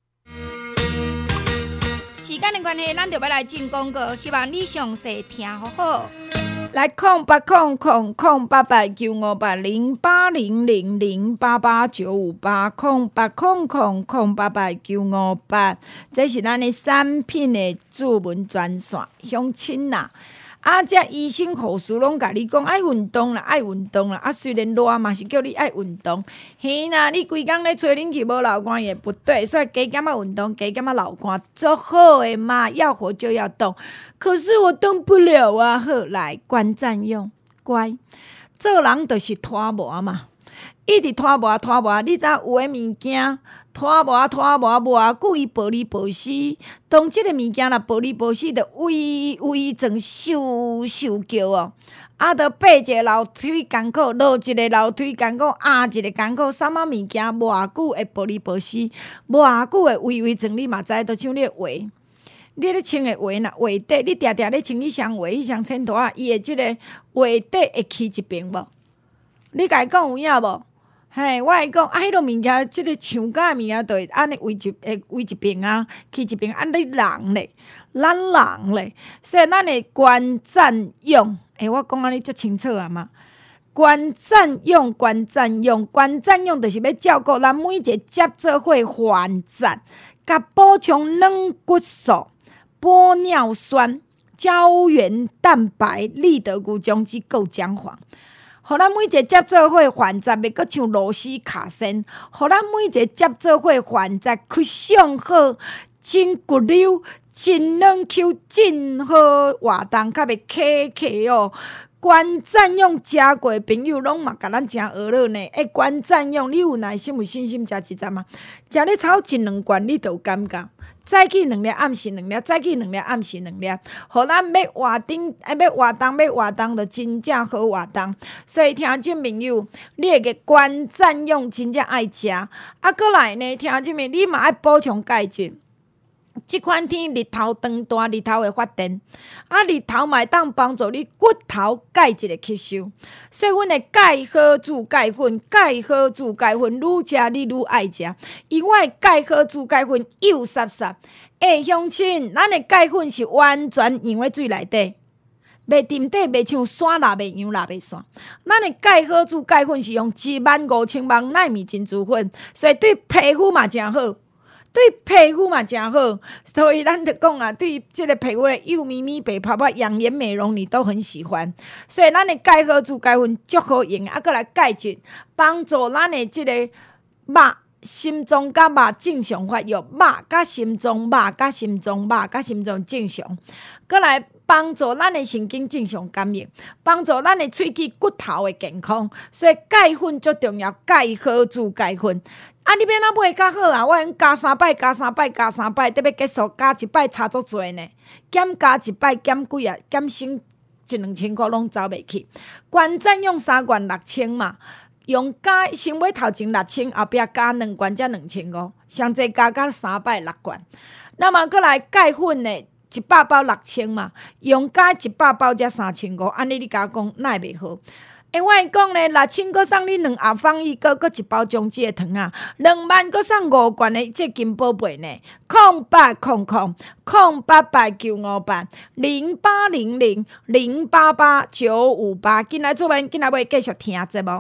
时间的关系，咱就要来进广告，希望你详细听好好。 来空八空空空八八九五八零八零零零八八九五八空八空空空八八九五八，这是咱的产品的主文专线，乡亲呐。啊，遮医生护士拢甲你讲爱运动啦，爱运动啦。啊，虽然热嘛是叫你爱运动，嘿呐，你规工咧吹冷气无流汗也不对，所以加减啊运动，加减啊流汗，做好的嘛，要活就要动。可是我动不了啊！好，来观战用，乖，做人就是拖磨嘛，一直拖磨拖磨，你知有诶物件拖磨拖磨磨，故意保你保死。当即个物件若保你保死，就微微整咻咻叫哦。啊，着爬一个楼梯艰苦，落一个楼梯艰苦，压一个艰苦，啥物物件偌久会保你保死，偌久会微微整你嘛知，就像你话。你咧穿的话呐，话底你定定咧穿迄双话，迄双衬托啊，伊的即个话底会起一边无？你甲伊讲有影无？嘿，我会讲啊，迄落物件，即、这个墙角的物件，就会安尼围一会围一边啊，起一边。啊，你人咧，咱人咧，所以咱的观战用，诶，我讲安尼足清楚啊嘛。观战用，观战用，观战用，就是要照顾咱每一个接做伙还战，甲补充软骨素。玻尿酸、胶原蛋白、利得菇种子够姜黄，互咱每一个接做伙患者袂阁像螺丝卡身，互咱每一个接做伙患者去上好、真骨溜、真软 Q、真好活动，较袂卡卡哦。观战用食过的朋友拢嘛甲咱诚学乐呢。诶，观战用你有耐心有信心食一针啊？食咧炒一两罐你就有感觉。早起两粒，暗时两粒，早起两粒，暗时两粒，互咱要活顶，啊要活动，要活动，就真正好活动。所以听众朋友，你会个观战用真正爱食，啊，过来呢，听众朋友，你嘛爱补充钙质。即款天日头长大，日头会发电，啊，日头嘛会当帮助你骨头钙质的吸收。所以，阮的钙好煮钙粉，钙好煮钙粉，愈食你愈爱食。因为我的钙好煮钙粉幼湿湿，诶，乡亲，咱的钙粉是完全用在水内底，袂沉底，袂像山蜡袂扬蜡袂散。咱的钙好煮钙粉是用一万五千万纳米珍珠粉，所以对皮肤嘛诚好。对皮肤嘛诚好，所以咱就讲啊，对这个皮肤的幼咪咪、白泡泡、养颜美容，你都很喜欢。所以咱的钙好煮钙粉足好用，啊，过来钙质帮助咱的这个肉、心脏甲肉正常发育，肉甲心脏、肉甲心脏、肉甲心脏正常，过来帮助咱的神经正常感应，帮助咱的喙齿、骨头的健康。所以钙粉足重要，钙好煮钙粉。啊！你要哪买较好啊？我用加三摆，加三摆，加三摆，得要结束，加一摆差足多呢。减加一摆，减几啊？减省一两千块拢走袂去。观战用三罐六千嘛，用加先买头前六千，后壁加两罐才两千五，上济加加三摆六罐。那么过来钙粉呢？一百包六千嘛，用加一百包才三千五，安尼你甲我讲，哪会袂好？诶，我会讲咧，六千，搁送你两盒放伊，搁搁一包姜子的糖啊，两万搁送五罐的这金宝贝呢，空八空空空八八九五八零八零零零八八九五八，今仔做完，今仔要继续听节目。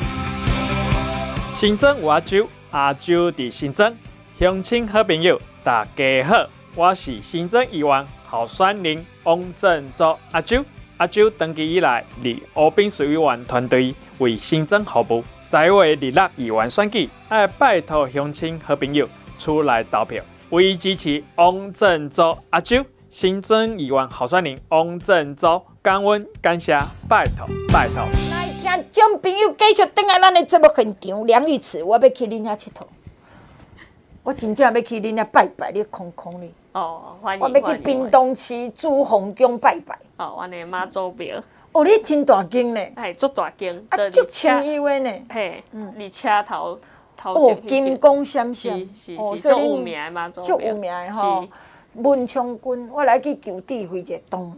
新庄有阿周，阿周伫新庄，乡亲好朋友，大家好，我是新庄议员候选人王振祖阿周。阿周登记以来，立乌兵水委员团队为新庄服务。在位立六议员选举，爱拜托乡亲好朋友出来投票，为支持王振祖阿周。新庄议员候选人王振祖，感恩感谢，拜托拜托。 来听众朋友继续等来咱的节目现场，梁玉慈，我要去恁遐佚佗。我真正要去恁遐拜拜，你空空哩。 哦，欢迎。 我要去屏东市朱洪宫拜拜。 哦，阮的妈祖庙。 哦，你真大间呢， 哎，足大间， 啊，足轻易的呢。 嘿，伫车头头哦， 前金光闪闪， 是是哦， 是，足有名的嘛， 足有名的吼是。 文昌君，我来去求地回一个洞。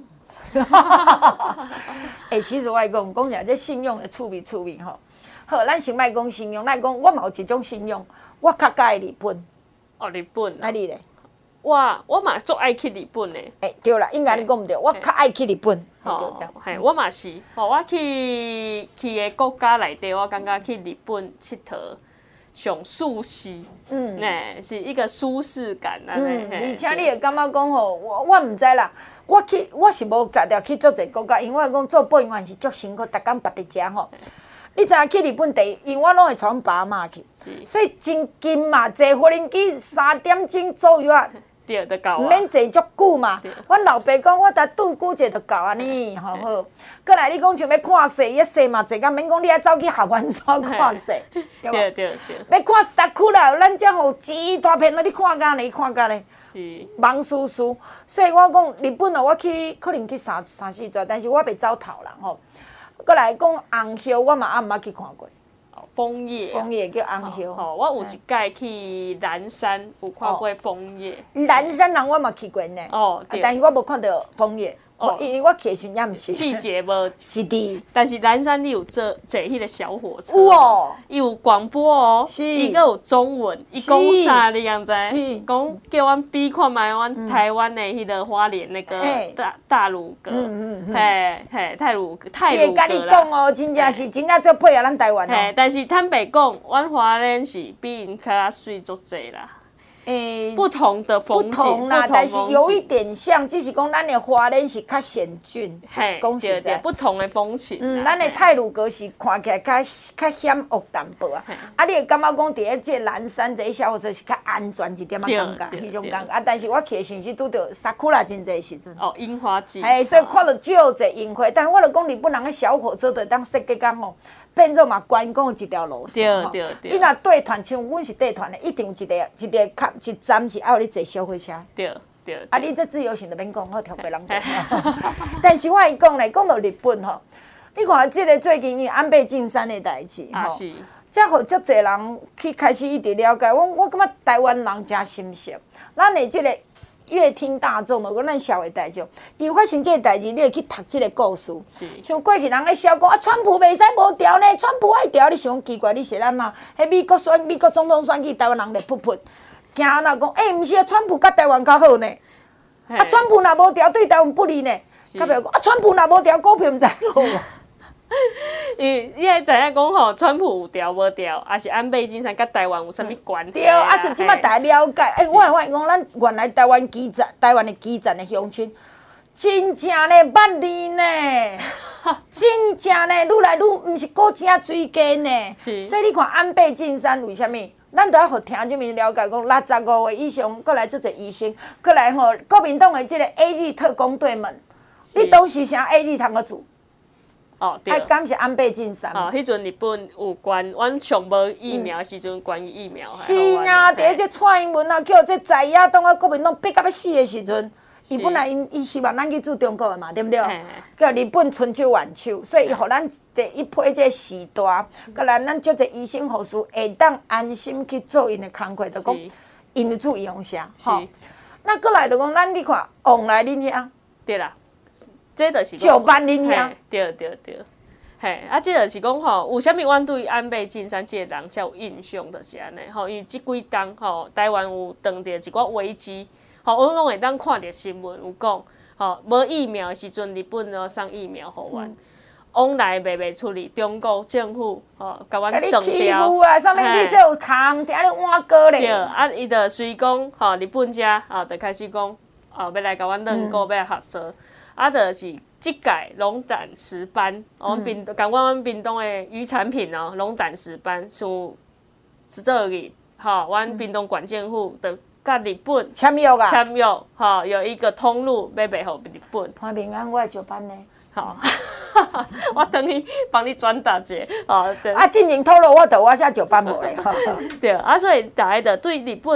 哎，其实我讲讲起来，这信用的趣味趣味吼。好，咱先莫讲信用，咱讲我嘛有一种信用，我较喜欢日本。 哦，日本。 啊，你咧？ 我我嘛足爱去日本的。 哎，对啦，应该你讲毋对，我较爱去日本。 吼，嘿，我嘛是，吼，我去去的国家内底，我感觉去日本佚佗上舒适，嗯，哎，是一个舒适感啊。 嗯，而且你会感觉讲吼，我我毋知啦，我去我是无实条去足侪国家，因为我讲做保员是足辛苦，逐工跋伫遮吼。你知影去日本第，因为我拢会带阮爸妈去，所以真近嘛，坐无人机三点钟左右啊。 对，就到啊。 毋免坐足久嘛。阮老爸讲，我才拄久者就到安尼，吼好。过来你讲像要看戏，迄戏嘛坐甲免讲，你爱走去下湾山看戏， 对对对。 要看萨库拉，咱遮吼一大片，你看甲呢，看甲呢。 是。 忙叔叔，所以我讲日本哦，我去可能去三三四转，但是我袂走头人吼。过来讲红叶，我嘛还毋捌去看过。 枫叶， 枫叶叫红叶。 吼，我有一届去南山，有看过枫叶。 南山人我嘛去过呢， 哦， 但是我无看到枫叶。哦，因为我去的时阵也毋是季节无是的， 但是南山你有坐坐迄个小火车， 有哦， 伊有广播哦， 是， 伊个有中文，伊讲啥你敢知？ 是， 讲叫阮比看卖阮台湾的迄个花莲那个大大鲁阁，嗯嗯嘿嘿，泰鲁泰鲁阁啦。伊会甲你讲哦，真正是真正足配合咱台湾哦。 嘿，但是坦白讲，阮花莲是比因较水足济啦。 诶， 不同的风景， 不同啦，但是有一点像，只是讲咱的花莲是较险峻，讲实在， 不同的风情。 嗯，咱的太鲁阁是看起来较较险恶淡薄啊。啊，你会感觉讲伫咧这南山这小火车是较安全一点啊，感觉迄种感觉。啊，但是我去的时阵是拄着萨库拉真济时阵。 哦，樱花季。 哎，所以看到少侪樱花，但是我著讲日本人的小火车就当设计讲吼。变做嘛，关公一条路线吼。对对对。 你若带团，像阮是带团的，一定有一个一个卡一站是爱互你坐小火车。 对对。 啊，你这自由行就免讲，好，调过人讲。但是我会讲咧，讲到日本吼，你看即个最近伊安倍晋三的代志吼，才互足侪人去开始一直了解。我我感觉台湾人真心实，咱的即个。乐听大众的，讲咱社会大众，伊发生这个代志，你会去读这个故事。是。像过去人咧笑讲啊，川普袂使无调呢，川普爱调，你想讲奇怪，你是咱嘛？迄美国选美国总统选举，台湾人咧噗噗，惊那讲，诶、欸，毋是啊，川普甲台湾较好呢。啊，川普若无调，对台湾不利呢。较袂讲啊，川普若无调，股票毋知落。 伊你爱知影讲吼，川普有调无调，还是安倍晋三甲台湾有啥物关系？ 对，啊，像即摆大家了解，诶，我会发现讲，咱原来台湾基层、台湾的基层的乡亲，真正咧捌字呢，真正咧愈来愈毋是国正水家呢。所以你看安倍晋三为虾米？咱都要互听众们了解讲，六十五岁以上，过来做者医生，过来吼，国民党的即个 A G 特工队们，你当时啥 A G 通个做？ 哦，对。 啊，感谢安倍晋三。 哦，迄阵日本有关，阮上无疫苗时阵，关于疫苗。 是啊，伫这蔡英文啊，叫这在野党啊，国民党逼到要死的时阵，伊本来因伊希望咱去做中国的嘛，对不对？叫日本春秋晚秋，所以伊互咱第一批这时代，过来咱足侪医生护士会当安心去做因的工作，就讲因注意用啥，吼。那过来就讲，咱你看往来恁遐。 对啦。这就是九班恁遐， 对对对，嘿，啊，这就是讲吼，有啥物阮对安倍晋三这个人才有印象，就是安尼吼，因为即几冬吼，台湾有碰到一寡危机，吼，我拢会当看着新闻有讲，吼，无疫苗的时阵，日本要送疫苗互阮，往来卖袂出去，中国政府吼，甲阮断掉。 欺负啊！啥物你这有通，听你换歌咧。 对，啊，伊就随讲吼，日本遮吼，就开始讲，哦，要来甲阮认购，要来合作。啊，就是即届龙胆石斑，我们屏讲阮阮屏东的渔产品哦，龙胆石斑是是做去，吼，阮屏东管建户的甲日本签约啊， 签约，吼，有一个通路要卖互日本。 潘平安，我会上班呢。 好，我等你帮你转达者，哦， 啊，进行透露我着我才上班无咧。 对，啊，所以大家着对日本。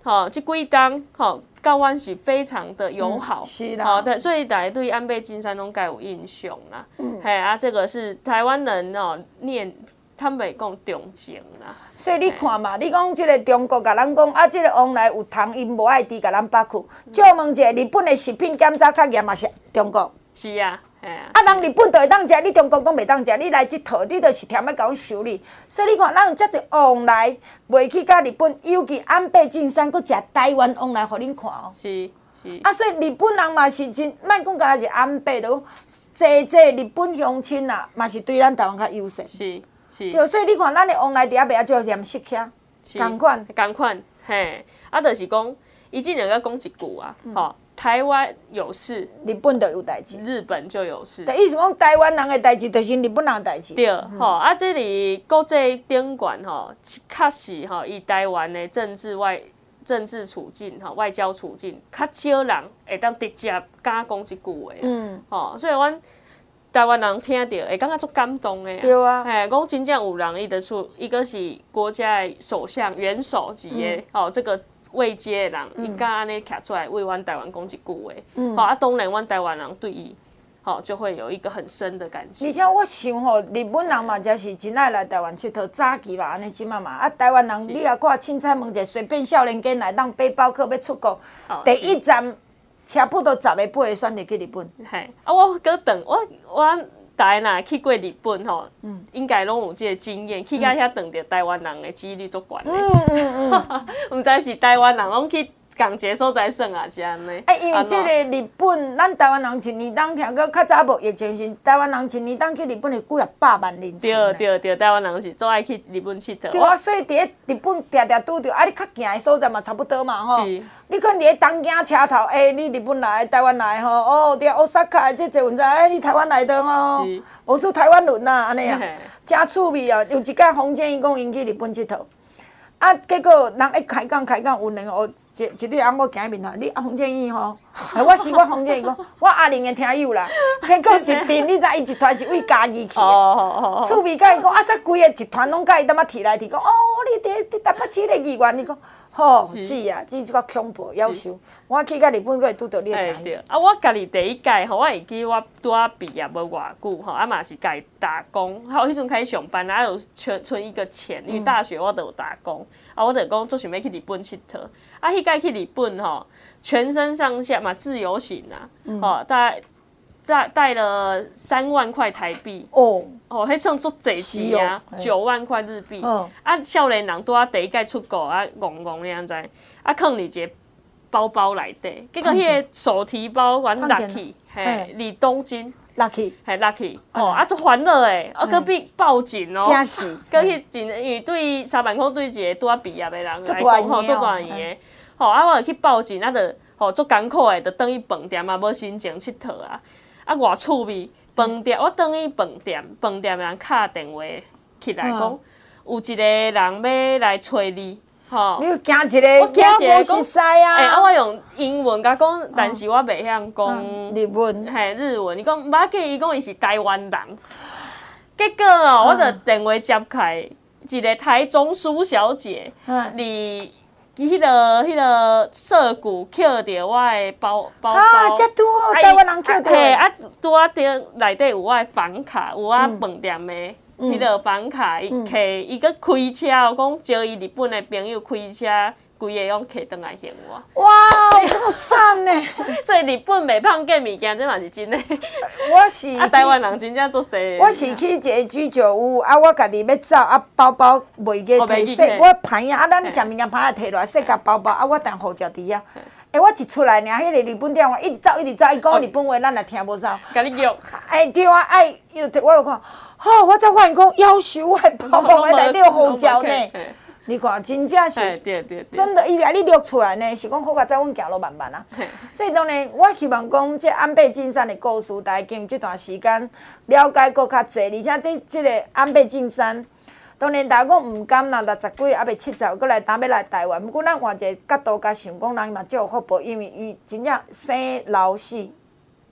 吼，即几冬吼，甲阮是非常的友好， 嗯、是啦， 好、哦，所以大家对安倍晋三拢该有印象啦。嗯，嘿啊，这个是台湾人哦念，他们讲忠情啦。 所以你看嘛，你讲即个中国甲咱讲啊，即个往来有糖，因无爱猪甲咱巴苦。借问者，日本的食品检查较严嘛是中国？ 是啊。啊， 人日本就会当食，你中国讲袂当食，你来即套，你就是踮咧甲阮修理。所以你看，咱有遮侪往来，袂去甲日本，尤其安倍晋三佫食台湾往来，互恁看哦。 是是。 啊，所以日本人嘛是真，莫讲家是安倍，就讲济济日本乡亲啊，嘛是对咱台湾较友善。 是是。 对，所以你看，咱的往来伫遐袂啊就嫌熟起，共款。 共款，嘿，啊，就是讲，伊只能够讲一句啊，吼、嗯。台湾有事， 日本就有代志； 日本就有事。 就意思讲，台湾人的代志就是日本人的代志。 对，吼、嗯、啊，这里国际顶悬吼，确实吼，以台湾的政治外政治处境吼，外交处境，较少人会当直接敢讲一句话。嗯，吼，所以阮台湾人听到会感觉足感动的。 对啊， 哎，讲真正有人伊得出，一个是国家的首相元首级的，哦、嗯，这个。位阶的人，伊敢安尼徛出来为阮台湾讲一句话，嗯、啊，当然阮台湾人对伊，吼、就会有一个很深的感情。 而且我想吼，日本人嘛，真是真爱来台湾佚佗，早期嘛安尼即嘛嘛，啊，台湾人你也看凊彩问者，随便少年家来当背包客要出国，哦、第一站车票都十个八个选择去日本。 嘿，啊，我搁等我我。大家若去过日本吼，嗯、应该拢有即个经验，去到遐撞着台湾人的几率足悬的。嗯嗯嗯，毋知是台湾人拢去共一个所在耍啊，是安尼。 哎，因为即个日本，咱台湾人一年当听过较早无疫情时，台湾人一年当去日本是几啊百万人次。 对对对，台湾人是最爱去日本佚佗。 对啊，所以伫咧日本定定拄着，啊，你较行的所在嘛差不多嘛吼。是。你可能伫咧东京车头，哎、欸，你日本来的，台湾来吼，哦，伫咧大阪的，即坐云在，哎、欸，你台湾来的吼，我是台湾人呐，安尼啊，真趣味啊！有一届洪建义讲因去日本佚佗，啊，结果人一开讲开讲，有两个一一对翁某行喺面头，你啊洪建义吼，我是我洪建义讲，我阿玲的听友啦，结果一阵你知伊一团是为家己去的，趣味甲伊讲，啊，说规个一团拢甲伊踮啊提来提讲，哦，你伫伫台北市的议员，你讲。吼，是啊，这这个恐怖夭寿。我去到日本，佫会拄到你的对。啊，我家己第一届吼，我会记我拄啊毕业无偌久吼，啊嘛是家己打工，还有迄阵开始上班，啊有存存一个钱，因为大学我都有打工，啊我就讲做想要去日本佚佗，啊迄届去日本吼，全身上下嘛自由行啊，吼大概。带带了三万块台币哦，哦，迄算足济钱啊，九万块日币。哦、啊，少年人拄啊第一届出国啊，戆戆你安知？啊，放伫一个包包内底，结果迄个手提包阮落去，嘿，伫东京落去， 嘿落去，哦，啊，足欢乐诶，啊，搁比报警哦， 惊死！ 搁去真，因为对三万块对一个拄啊毕业诶人来讲吼，足大钱诶，吼，啊，我就去报警，啊，就吼足艰苦诶，就倒去饭店啊，无心情佚佗啊。啊，偌趣味！饭店，我倒去饭店，饭店的人敲电话起来讲，有一个人要来找你，吼。 你惊一个， 我惊一个， 我熟悉啊。 哎，啊，我用英文甲讲，但是我袂晓讲日文， 嘿，日文。伊讲无要紧，伊讲伊是台湾人。结果哦，我就电话接开，一个台中苏小姐，伫。迄个、迄个涩谷捡着我的包包包， 啊，遮拄好台湾人捡着。 嘿，啊，拄啊伫内底有我的房卡，有我饭店的迄个房卡，伊摕伊搁开车，讲招伊日本的朋友开车，规个拢摕倒来还我。 哇，好惨呢！ 所以日本袂放过物件，这嘛是真的。 我是啊，台湾人真正足济。 我是去一个居酒屋，啊，我家己要走，啊，包包袂记摕洗，我盘啊，啊，咱食物件盘啊摕落来，洗甲包包，啊，我当护照伫遐。诶，我一出来尔，迄个日本店话一直走一直走，伊讲日本话，咱也听无啥。 甲你约。 哎，对啊，哎，伊就我就看，吼，我才发现讲，夭寿我的包包的内底有护照呢。你看，真正是， 对对对， 真的，伊甲你录出来呢，是讲好甲在阮行路慢慢啊。所以当然，我希望讲，这安倍晋三的故事，大家经过这段时间了解搁较济，而且这这个安倍晋三，当然大家讲毋甘啦，六十几还袂七十，搁来打要来台湾。不过咱换一个角度甲想讲，人嘛足有福报，因为伊真正生老死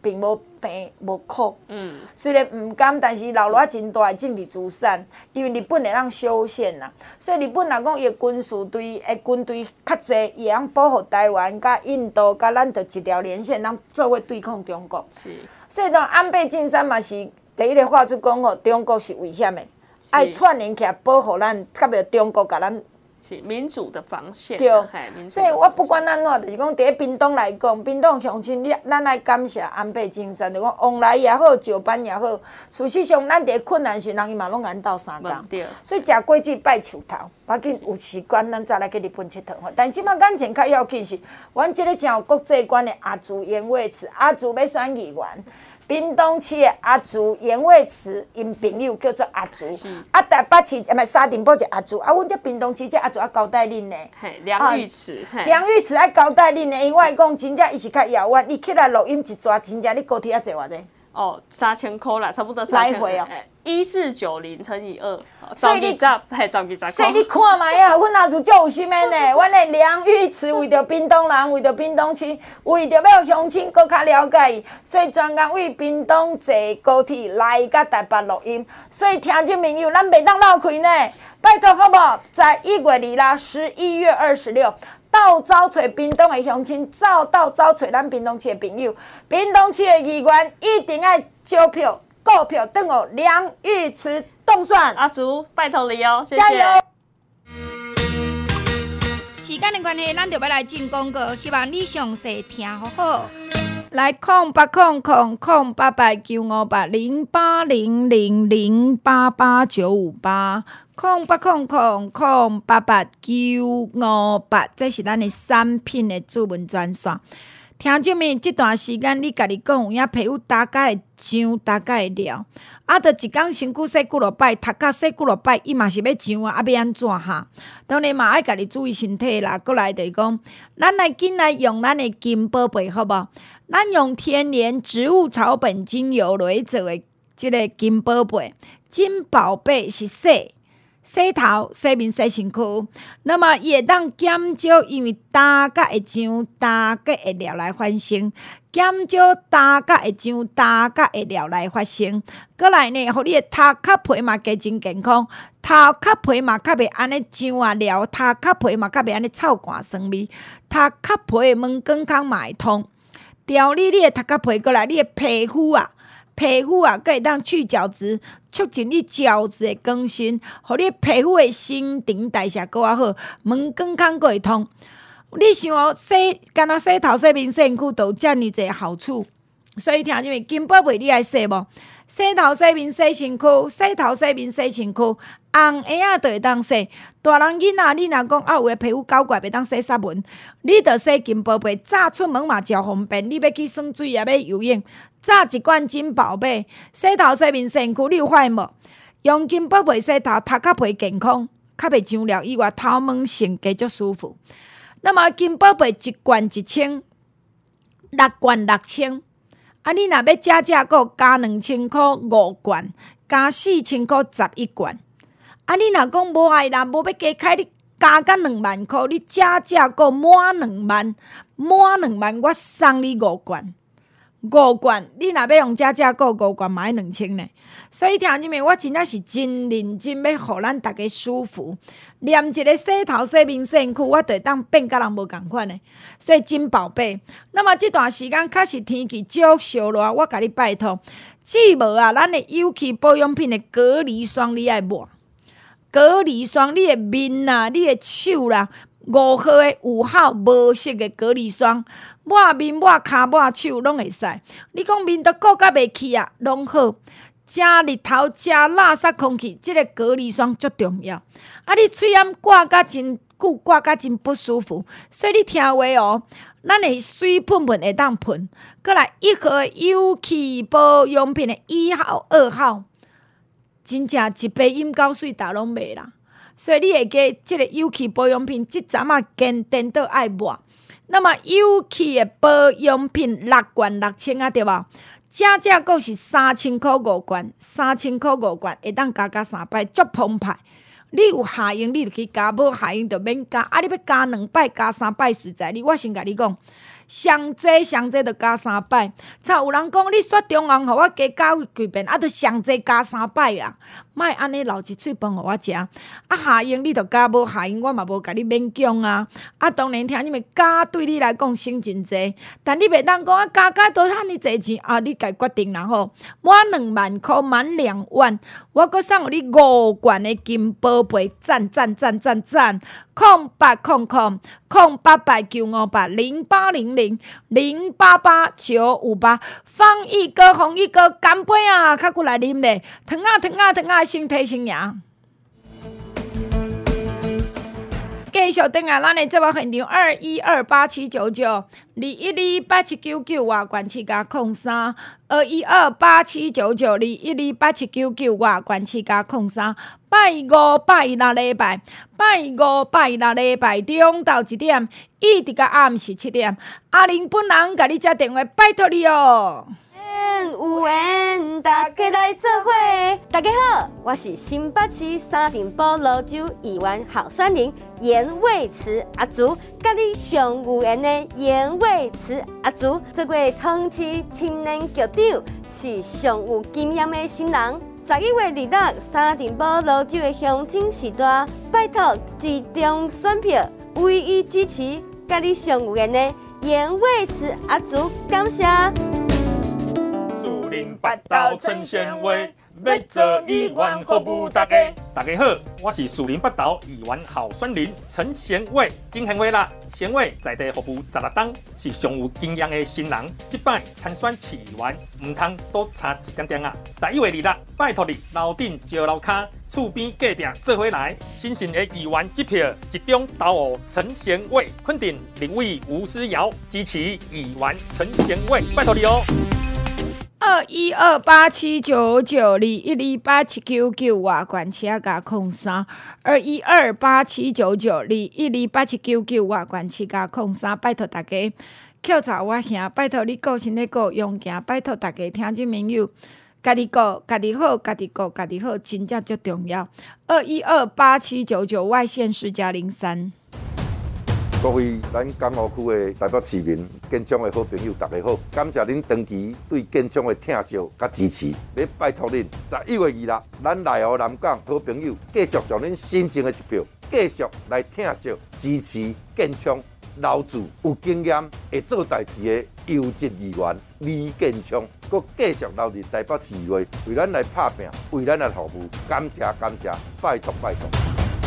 并无病无苦。 嗯， 虽然毋甘，但是留落真大的政治资产，因为日本会当修宪啦，所以日本若讲伊的军事队、诶军队较济，伊会当保护台湾、甲印度、甲咱着一条连线，咱做伙对抗中国。 是， 所以当安倍晋三嘛是第一个发出讲吼，中国是危险的，爱串联起来保护咱，甲袂中国甲咱。 是民主的防线。 对， 民主所以我不管安怎，就是讲，伫屏东来讲，屏东乡亲，你咱爱感谢安倍晋三，就讲往来也好，石板也好，事实上，咱伫困难时，人伊嘛拢咱斗相共。所以食果子拜树头，要紧有时间咱再来去日本佚佗。但即摆感情较要紧是，阮即个真有国际观的阿竹颜卫慈，阿竹要选议员。屏东市的阿竹颜卫慈，因朋友叫做阿竹，啊台北市啊，咪沙丁堡一阿竹，啊，阮这屏东市这阿竹啊交代恁呢。 嘿，梁玉慈， 梁玉慈爱交代恁呢，因为我讲真正伊是较遥远，伊起来录音一抓，真正你高铁要坐偌济？ 哦，三千块啦，差不多三千。 来回哦， 一四九零乘以二，十二十，嘿，十二十块。 所以你看嘛呀，阮阿祖足有心的呢。阮的梁玉慈为着屏东人，为着屏东市，为着要乡亲更较了解伊，所以专工为屏东坐高铁来甲台北录音。所以听众朋友，咱袂当漏开呢，拜托好无？在一月二啦，十一月二十六。到找找屏东的乡亲，走到找找咱屏东市的朋友，屏东市的议员一定要招票、购票，等我梁玉慈动算。 阿竹，拜托你哦，谢谢。 加油！ 时间的关系，咱就要来进广告，希望你详细听好好。 来空八空空空八八九五八零八零零零八八九五八。空八空空空八八九五八，这是咱的产品的主文专线。听众们，这段时间你家己讲有影皮肤大概会痒，大概会了，啊，着一工身躯洗几落摆，头壳洗几落摆，伊嘛是要痒啊，啊要安怎哈？当然嘛，爱家己注意身体啦。过来就是讲，咱来紧来用咱的金宝贝，好无？咱用天然植物草本精油来做的这个金宝贝，金宝贝是洗。洗头、洗面、洗身躯，那么伊会当减少因为焦甲会痒、焦甲会了来发生，减少焦甲会痒、焦甲会了来发生。过来呢，互你的头壳皮嘛加真健康，头壳皮嘛较袂安尼痒啊了，头壳皮嘛较袂安尼臭汗酸味，头壳皮的毛健康嘛会通，调理你的头壳皮，过来你的皮肤啊。皮肤啊，佮会当去角质，促进你角质的更新，互你皮肤的新陈代谢搁较好，毛健康搁会通。你想哦，洗干那洗头、洗面、洗身躯，都有遮尔侪好处。所以听入面金宝贝你爱洗无？洗头、洗面、洗身躯，洗头、洗面、洗身躯，红鞋仔都会当洗。大人囡仔，你若讲啊有诶皮肤搞怪，袂当洗沙文，你着洗金宝贝。早出门嘛真方便，你要去耍水也要游泳。炸一罐金宝贝，洗头、洗面、洗身躯，你有发现无？用金宝贝洗头，头壳皮健康，较袂痒了以外，头毛性加足舒服。那么金宝贝一罐一千，六罐六千。啊，你若要加价购，加两千箍五罐，加四千箍十一罐。啊，你若讲无爱啦，无要加开，你加到两万箍，你加价购满两万，满两万我送你五罐。五罐，你若要用加价购五罐，嘛要两千呢。所以听入面，我真正是真认真要互咱大家舒服。念一个洗头、洗面、洗身躯，我就会当变甲人无共款的。所以真宝贝。那么这段时间确实天气足烧热，我甲你拜托，记无啊，咱的有机保养品的隔离霜你爱抹。隔离霜，你的面啊，你的手啦、啊，五号的、五号无色的隔离霜。抹面、抹骹、抹手拢会使。你讲面都顾甲袂去啊，拢好。遮日头、遮垃圾空气，即、这个隔离霜足重要。啊，你喙暗挂甲真久，挂甲真不舒服，所以你听话哦。咱的水喷喷会当喷，过来一号的有机保养品的一号、二号，真正一杯饮膏水达拢卖啦。所以你会记即个有机保养品，即阵啊坚定到爱抹。那么有机的保养品六罐六千啊，对无？加价购是三千块五罐，三千块五罐会当加加三摆，足澎湃。你有下用，你就去加；无下用就免加。啊，你要加两摆、加三摆，实在你我先甲你讲， 上济上济就加三摆。才有人讲你说中央，互我加加几遍，啊，就上济加三摆啦。莫安尼留一喙饭互我食。啊，下用你就加，无下用我嘛无甲你勉强啊。啊，当然听你们加对你来讲省真济，但你袂当讲啊加加多趁你济钱啊，你家决定啦吼。满两万箍，满两万，我阁送互你五罐的金宝贝，赞赞赞赞赞！空八空空空八八九五八零八零零零八八九五八，方一哥、洪一哥，干杯啊！较过来啉咧，糖啊糖啊糖啊，身体身赢。继续登啊，咱的节目现场二一二八七九九二一二八七九九外关七加空三二一二八七九九二一二八七九九外关七加空三拜五拜六礼拜拜五拜六礼拜中到一点，一直到暗时七点，阿玲本人甲你接电话，拜托你哦。 有缘，大家来做伙。大家好，我是新北市三重埔蘆洲议员候选人严惠慈阿竹，甲你上有缘的严惠慈阿竹，这位汤市青年局长是上有经验的新人。十一月二日，三重埔蘆洲的乡亲时代，拜托集中选票，唯一支持甲你上有缘的严惠慈阿竹，感谢。 树林八斗陈贤伟，要做议员服务大家。大家好，我是树林八斗议员候选人陈贤伟，真贤伟啦！贤伟在地服务十六档，是上有经验的新人。这摆参选市议员，唔通多差一点点啊！十一月二日，拜托你楼顶招楼骹，厝边隔壁做伙来，新兴的议员一票集中投予陈贤伟，肯定立委吴思瑶，支持议员陈贤伟，拜托你哦。 二一二八七九九二一二八七九九外关七加空三二一二八七九九二一二八七九九外关七加空三，拜托大家扣查我兄，拜托你顾身体顾用行，拜托大家听众朋友，家己顾家己好，家己顾家己好，真正最重要。二一二八七九九外县市加零三。 各位咱港湖区的台北市民、建昌的好朋友，大家好！感谢恁长期对建昌的疼惜甲支持，要拜托恁十一月二日，咱内湖南港好朋友继续将恁新增的一票，继续来疼惜支持建昌老自有经验、会做代志的优质议员李建昌，佮继续留伫台北市议会，为咱来拍拼，为咱来服务。感谢感谢，拜托拜托。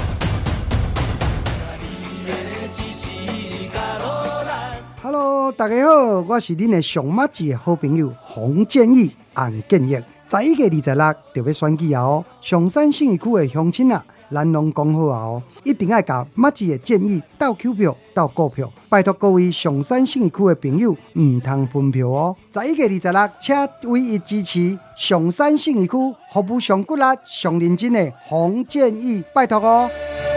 Hello， 大家好，我是恁的上马子的好朋友洪建义、洪建义。十一月二十六就要选举啊哦，上山信义区的乡亲啊，咱拢讲好啊哦，一定要甲马子的建议斗扣票、斗股票，拜托各位上山信义区的朋友唔通分票哦。十一月二十六，请唯一支持上山信义区服务上骨力、上认真的洪建义，拜托哦。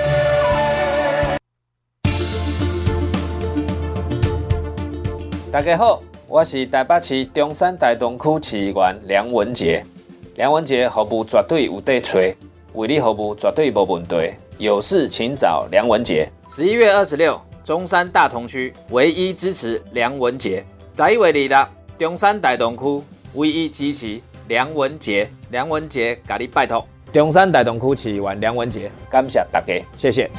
大家好，我是台北市中山大东区市议员梁文杰。梁文杰服务绝对有得找，为你服务绝对无问题。有事请找梁文杰。十一月二十六，中山大同区唯一支持梁文杰。十一月二日，中山大东区唯一支持梁文杰。梁文杰，甲你拜托。中山大东区市议员梁文杰，感谢大家，谢谢。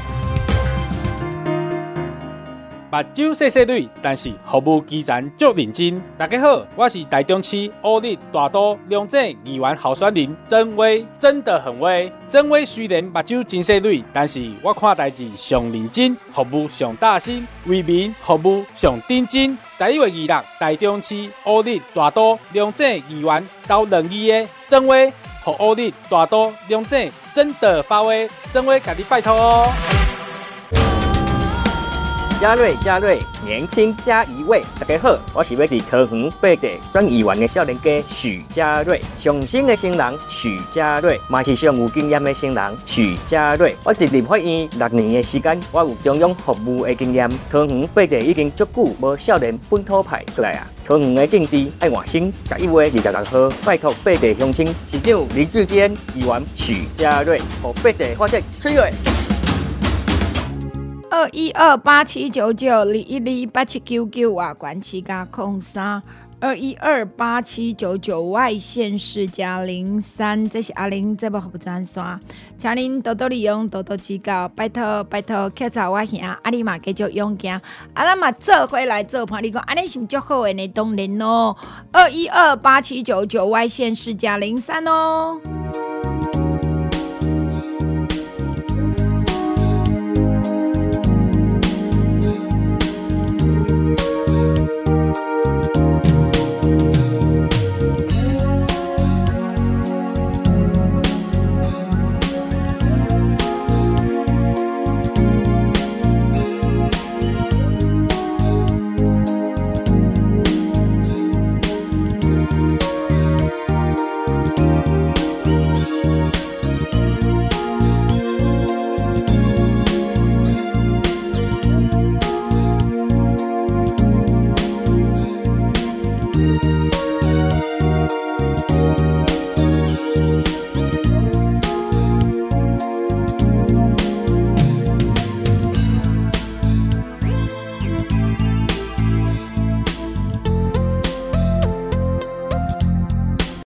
目睭细细蕊，但是服务基层足认真。大家好，我是台中市乌日大都两镇议员候选人曾威，真的很威。曾威虽然目睭真细蕊，但是我看代志上认真，服务上大心，为民服务上认真。十一月二日，台中市乌日大都两镇议员投两议的曾威，和乌日大都两镇真的发威。曾威，甲你拜托哦。 嘉瑞，嘉瑞，年轻加一位。大家好，我是要伫桃园八地选议员的少年家许嘉瑞，上新的新人许嘉瑞，嘛是上有经验的新人许嘉瑞。我进入法院六年的时间，我有中央服务的经验。桃园八地已经足久无少年本土派出来啊。桃园的政治爱换新，十一月二十六号，拜托八地乡亲市长李志坚、议员许嘉瑞，和八地发展水瑞。 二一二八七九九二一二八七九九外关七加空三。二一二八七九九外线是加零三，这是阿玲节目服务专线，请您多多利用，多多指教，拜托拜托，口罩我兄，啊你嘛继续勇敢，啊咱嘛做回来做伴，你讲安尼是毋足好诶呢？当然咯，二一二八七九九外线是加零三哦。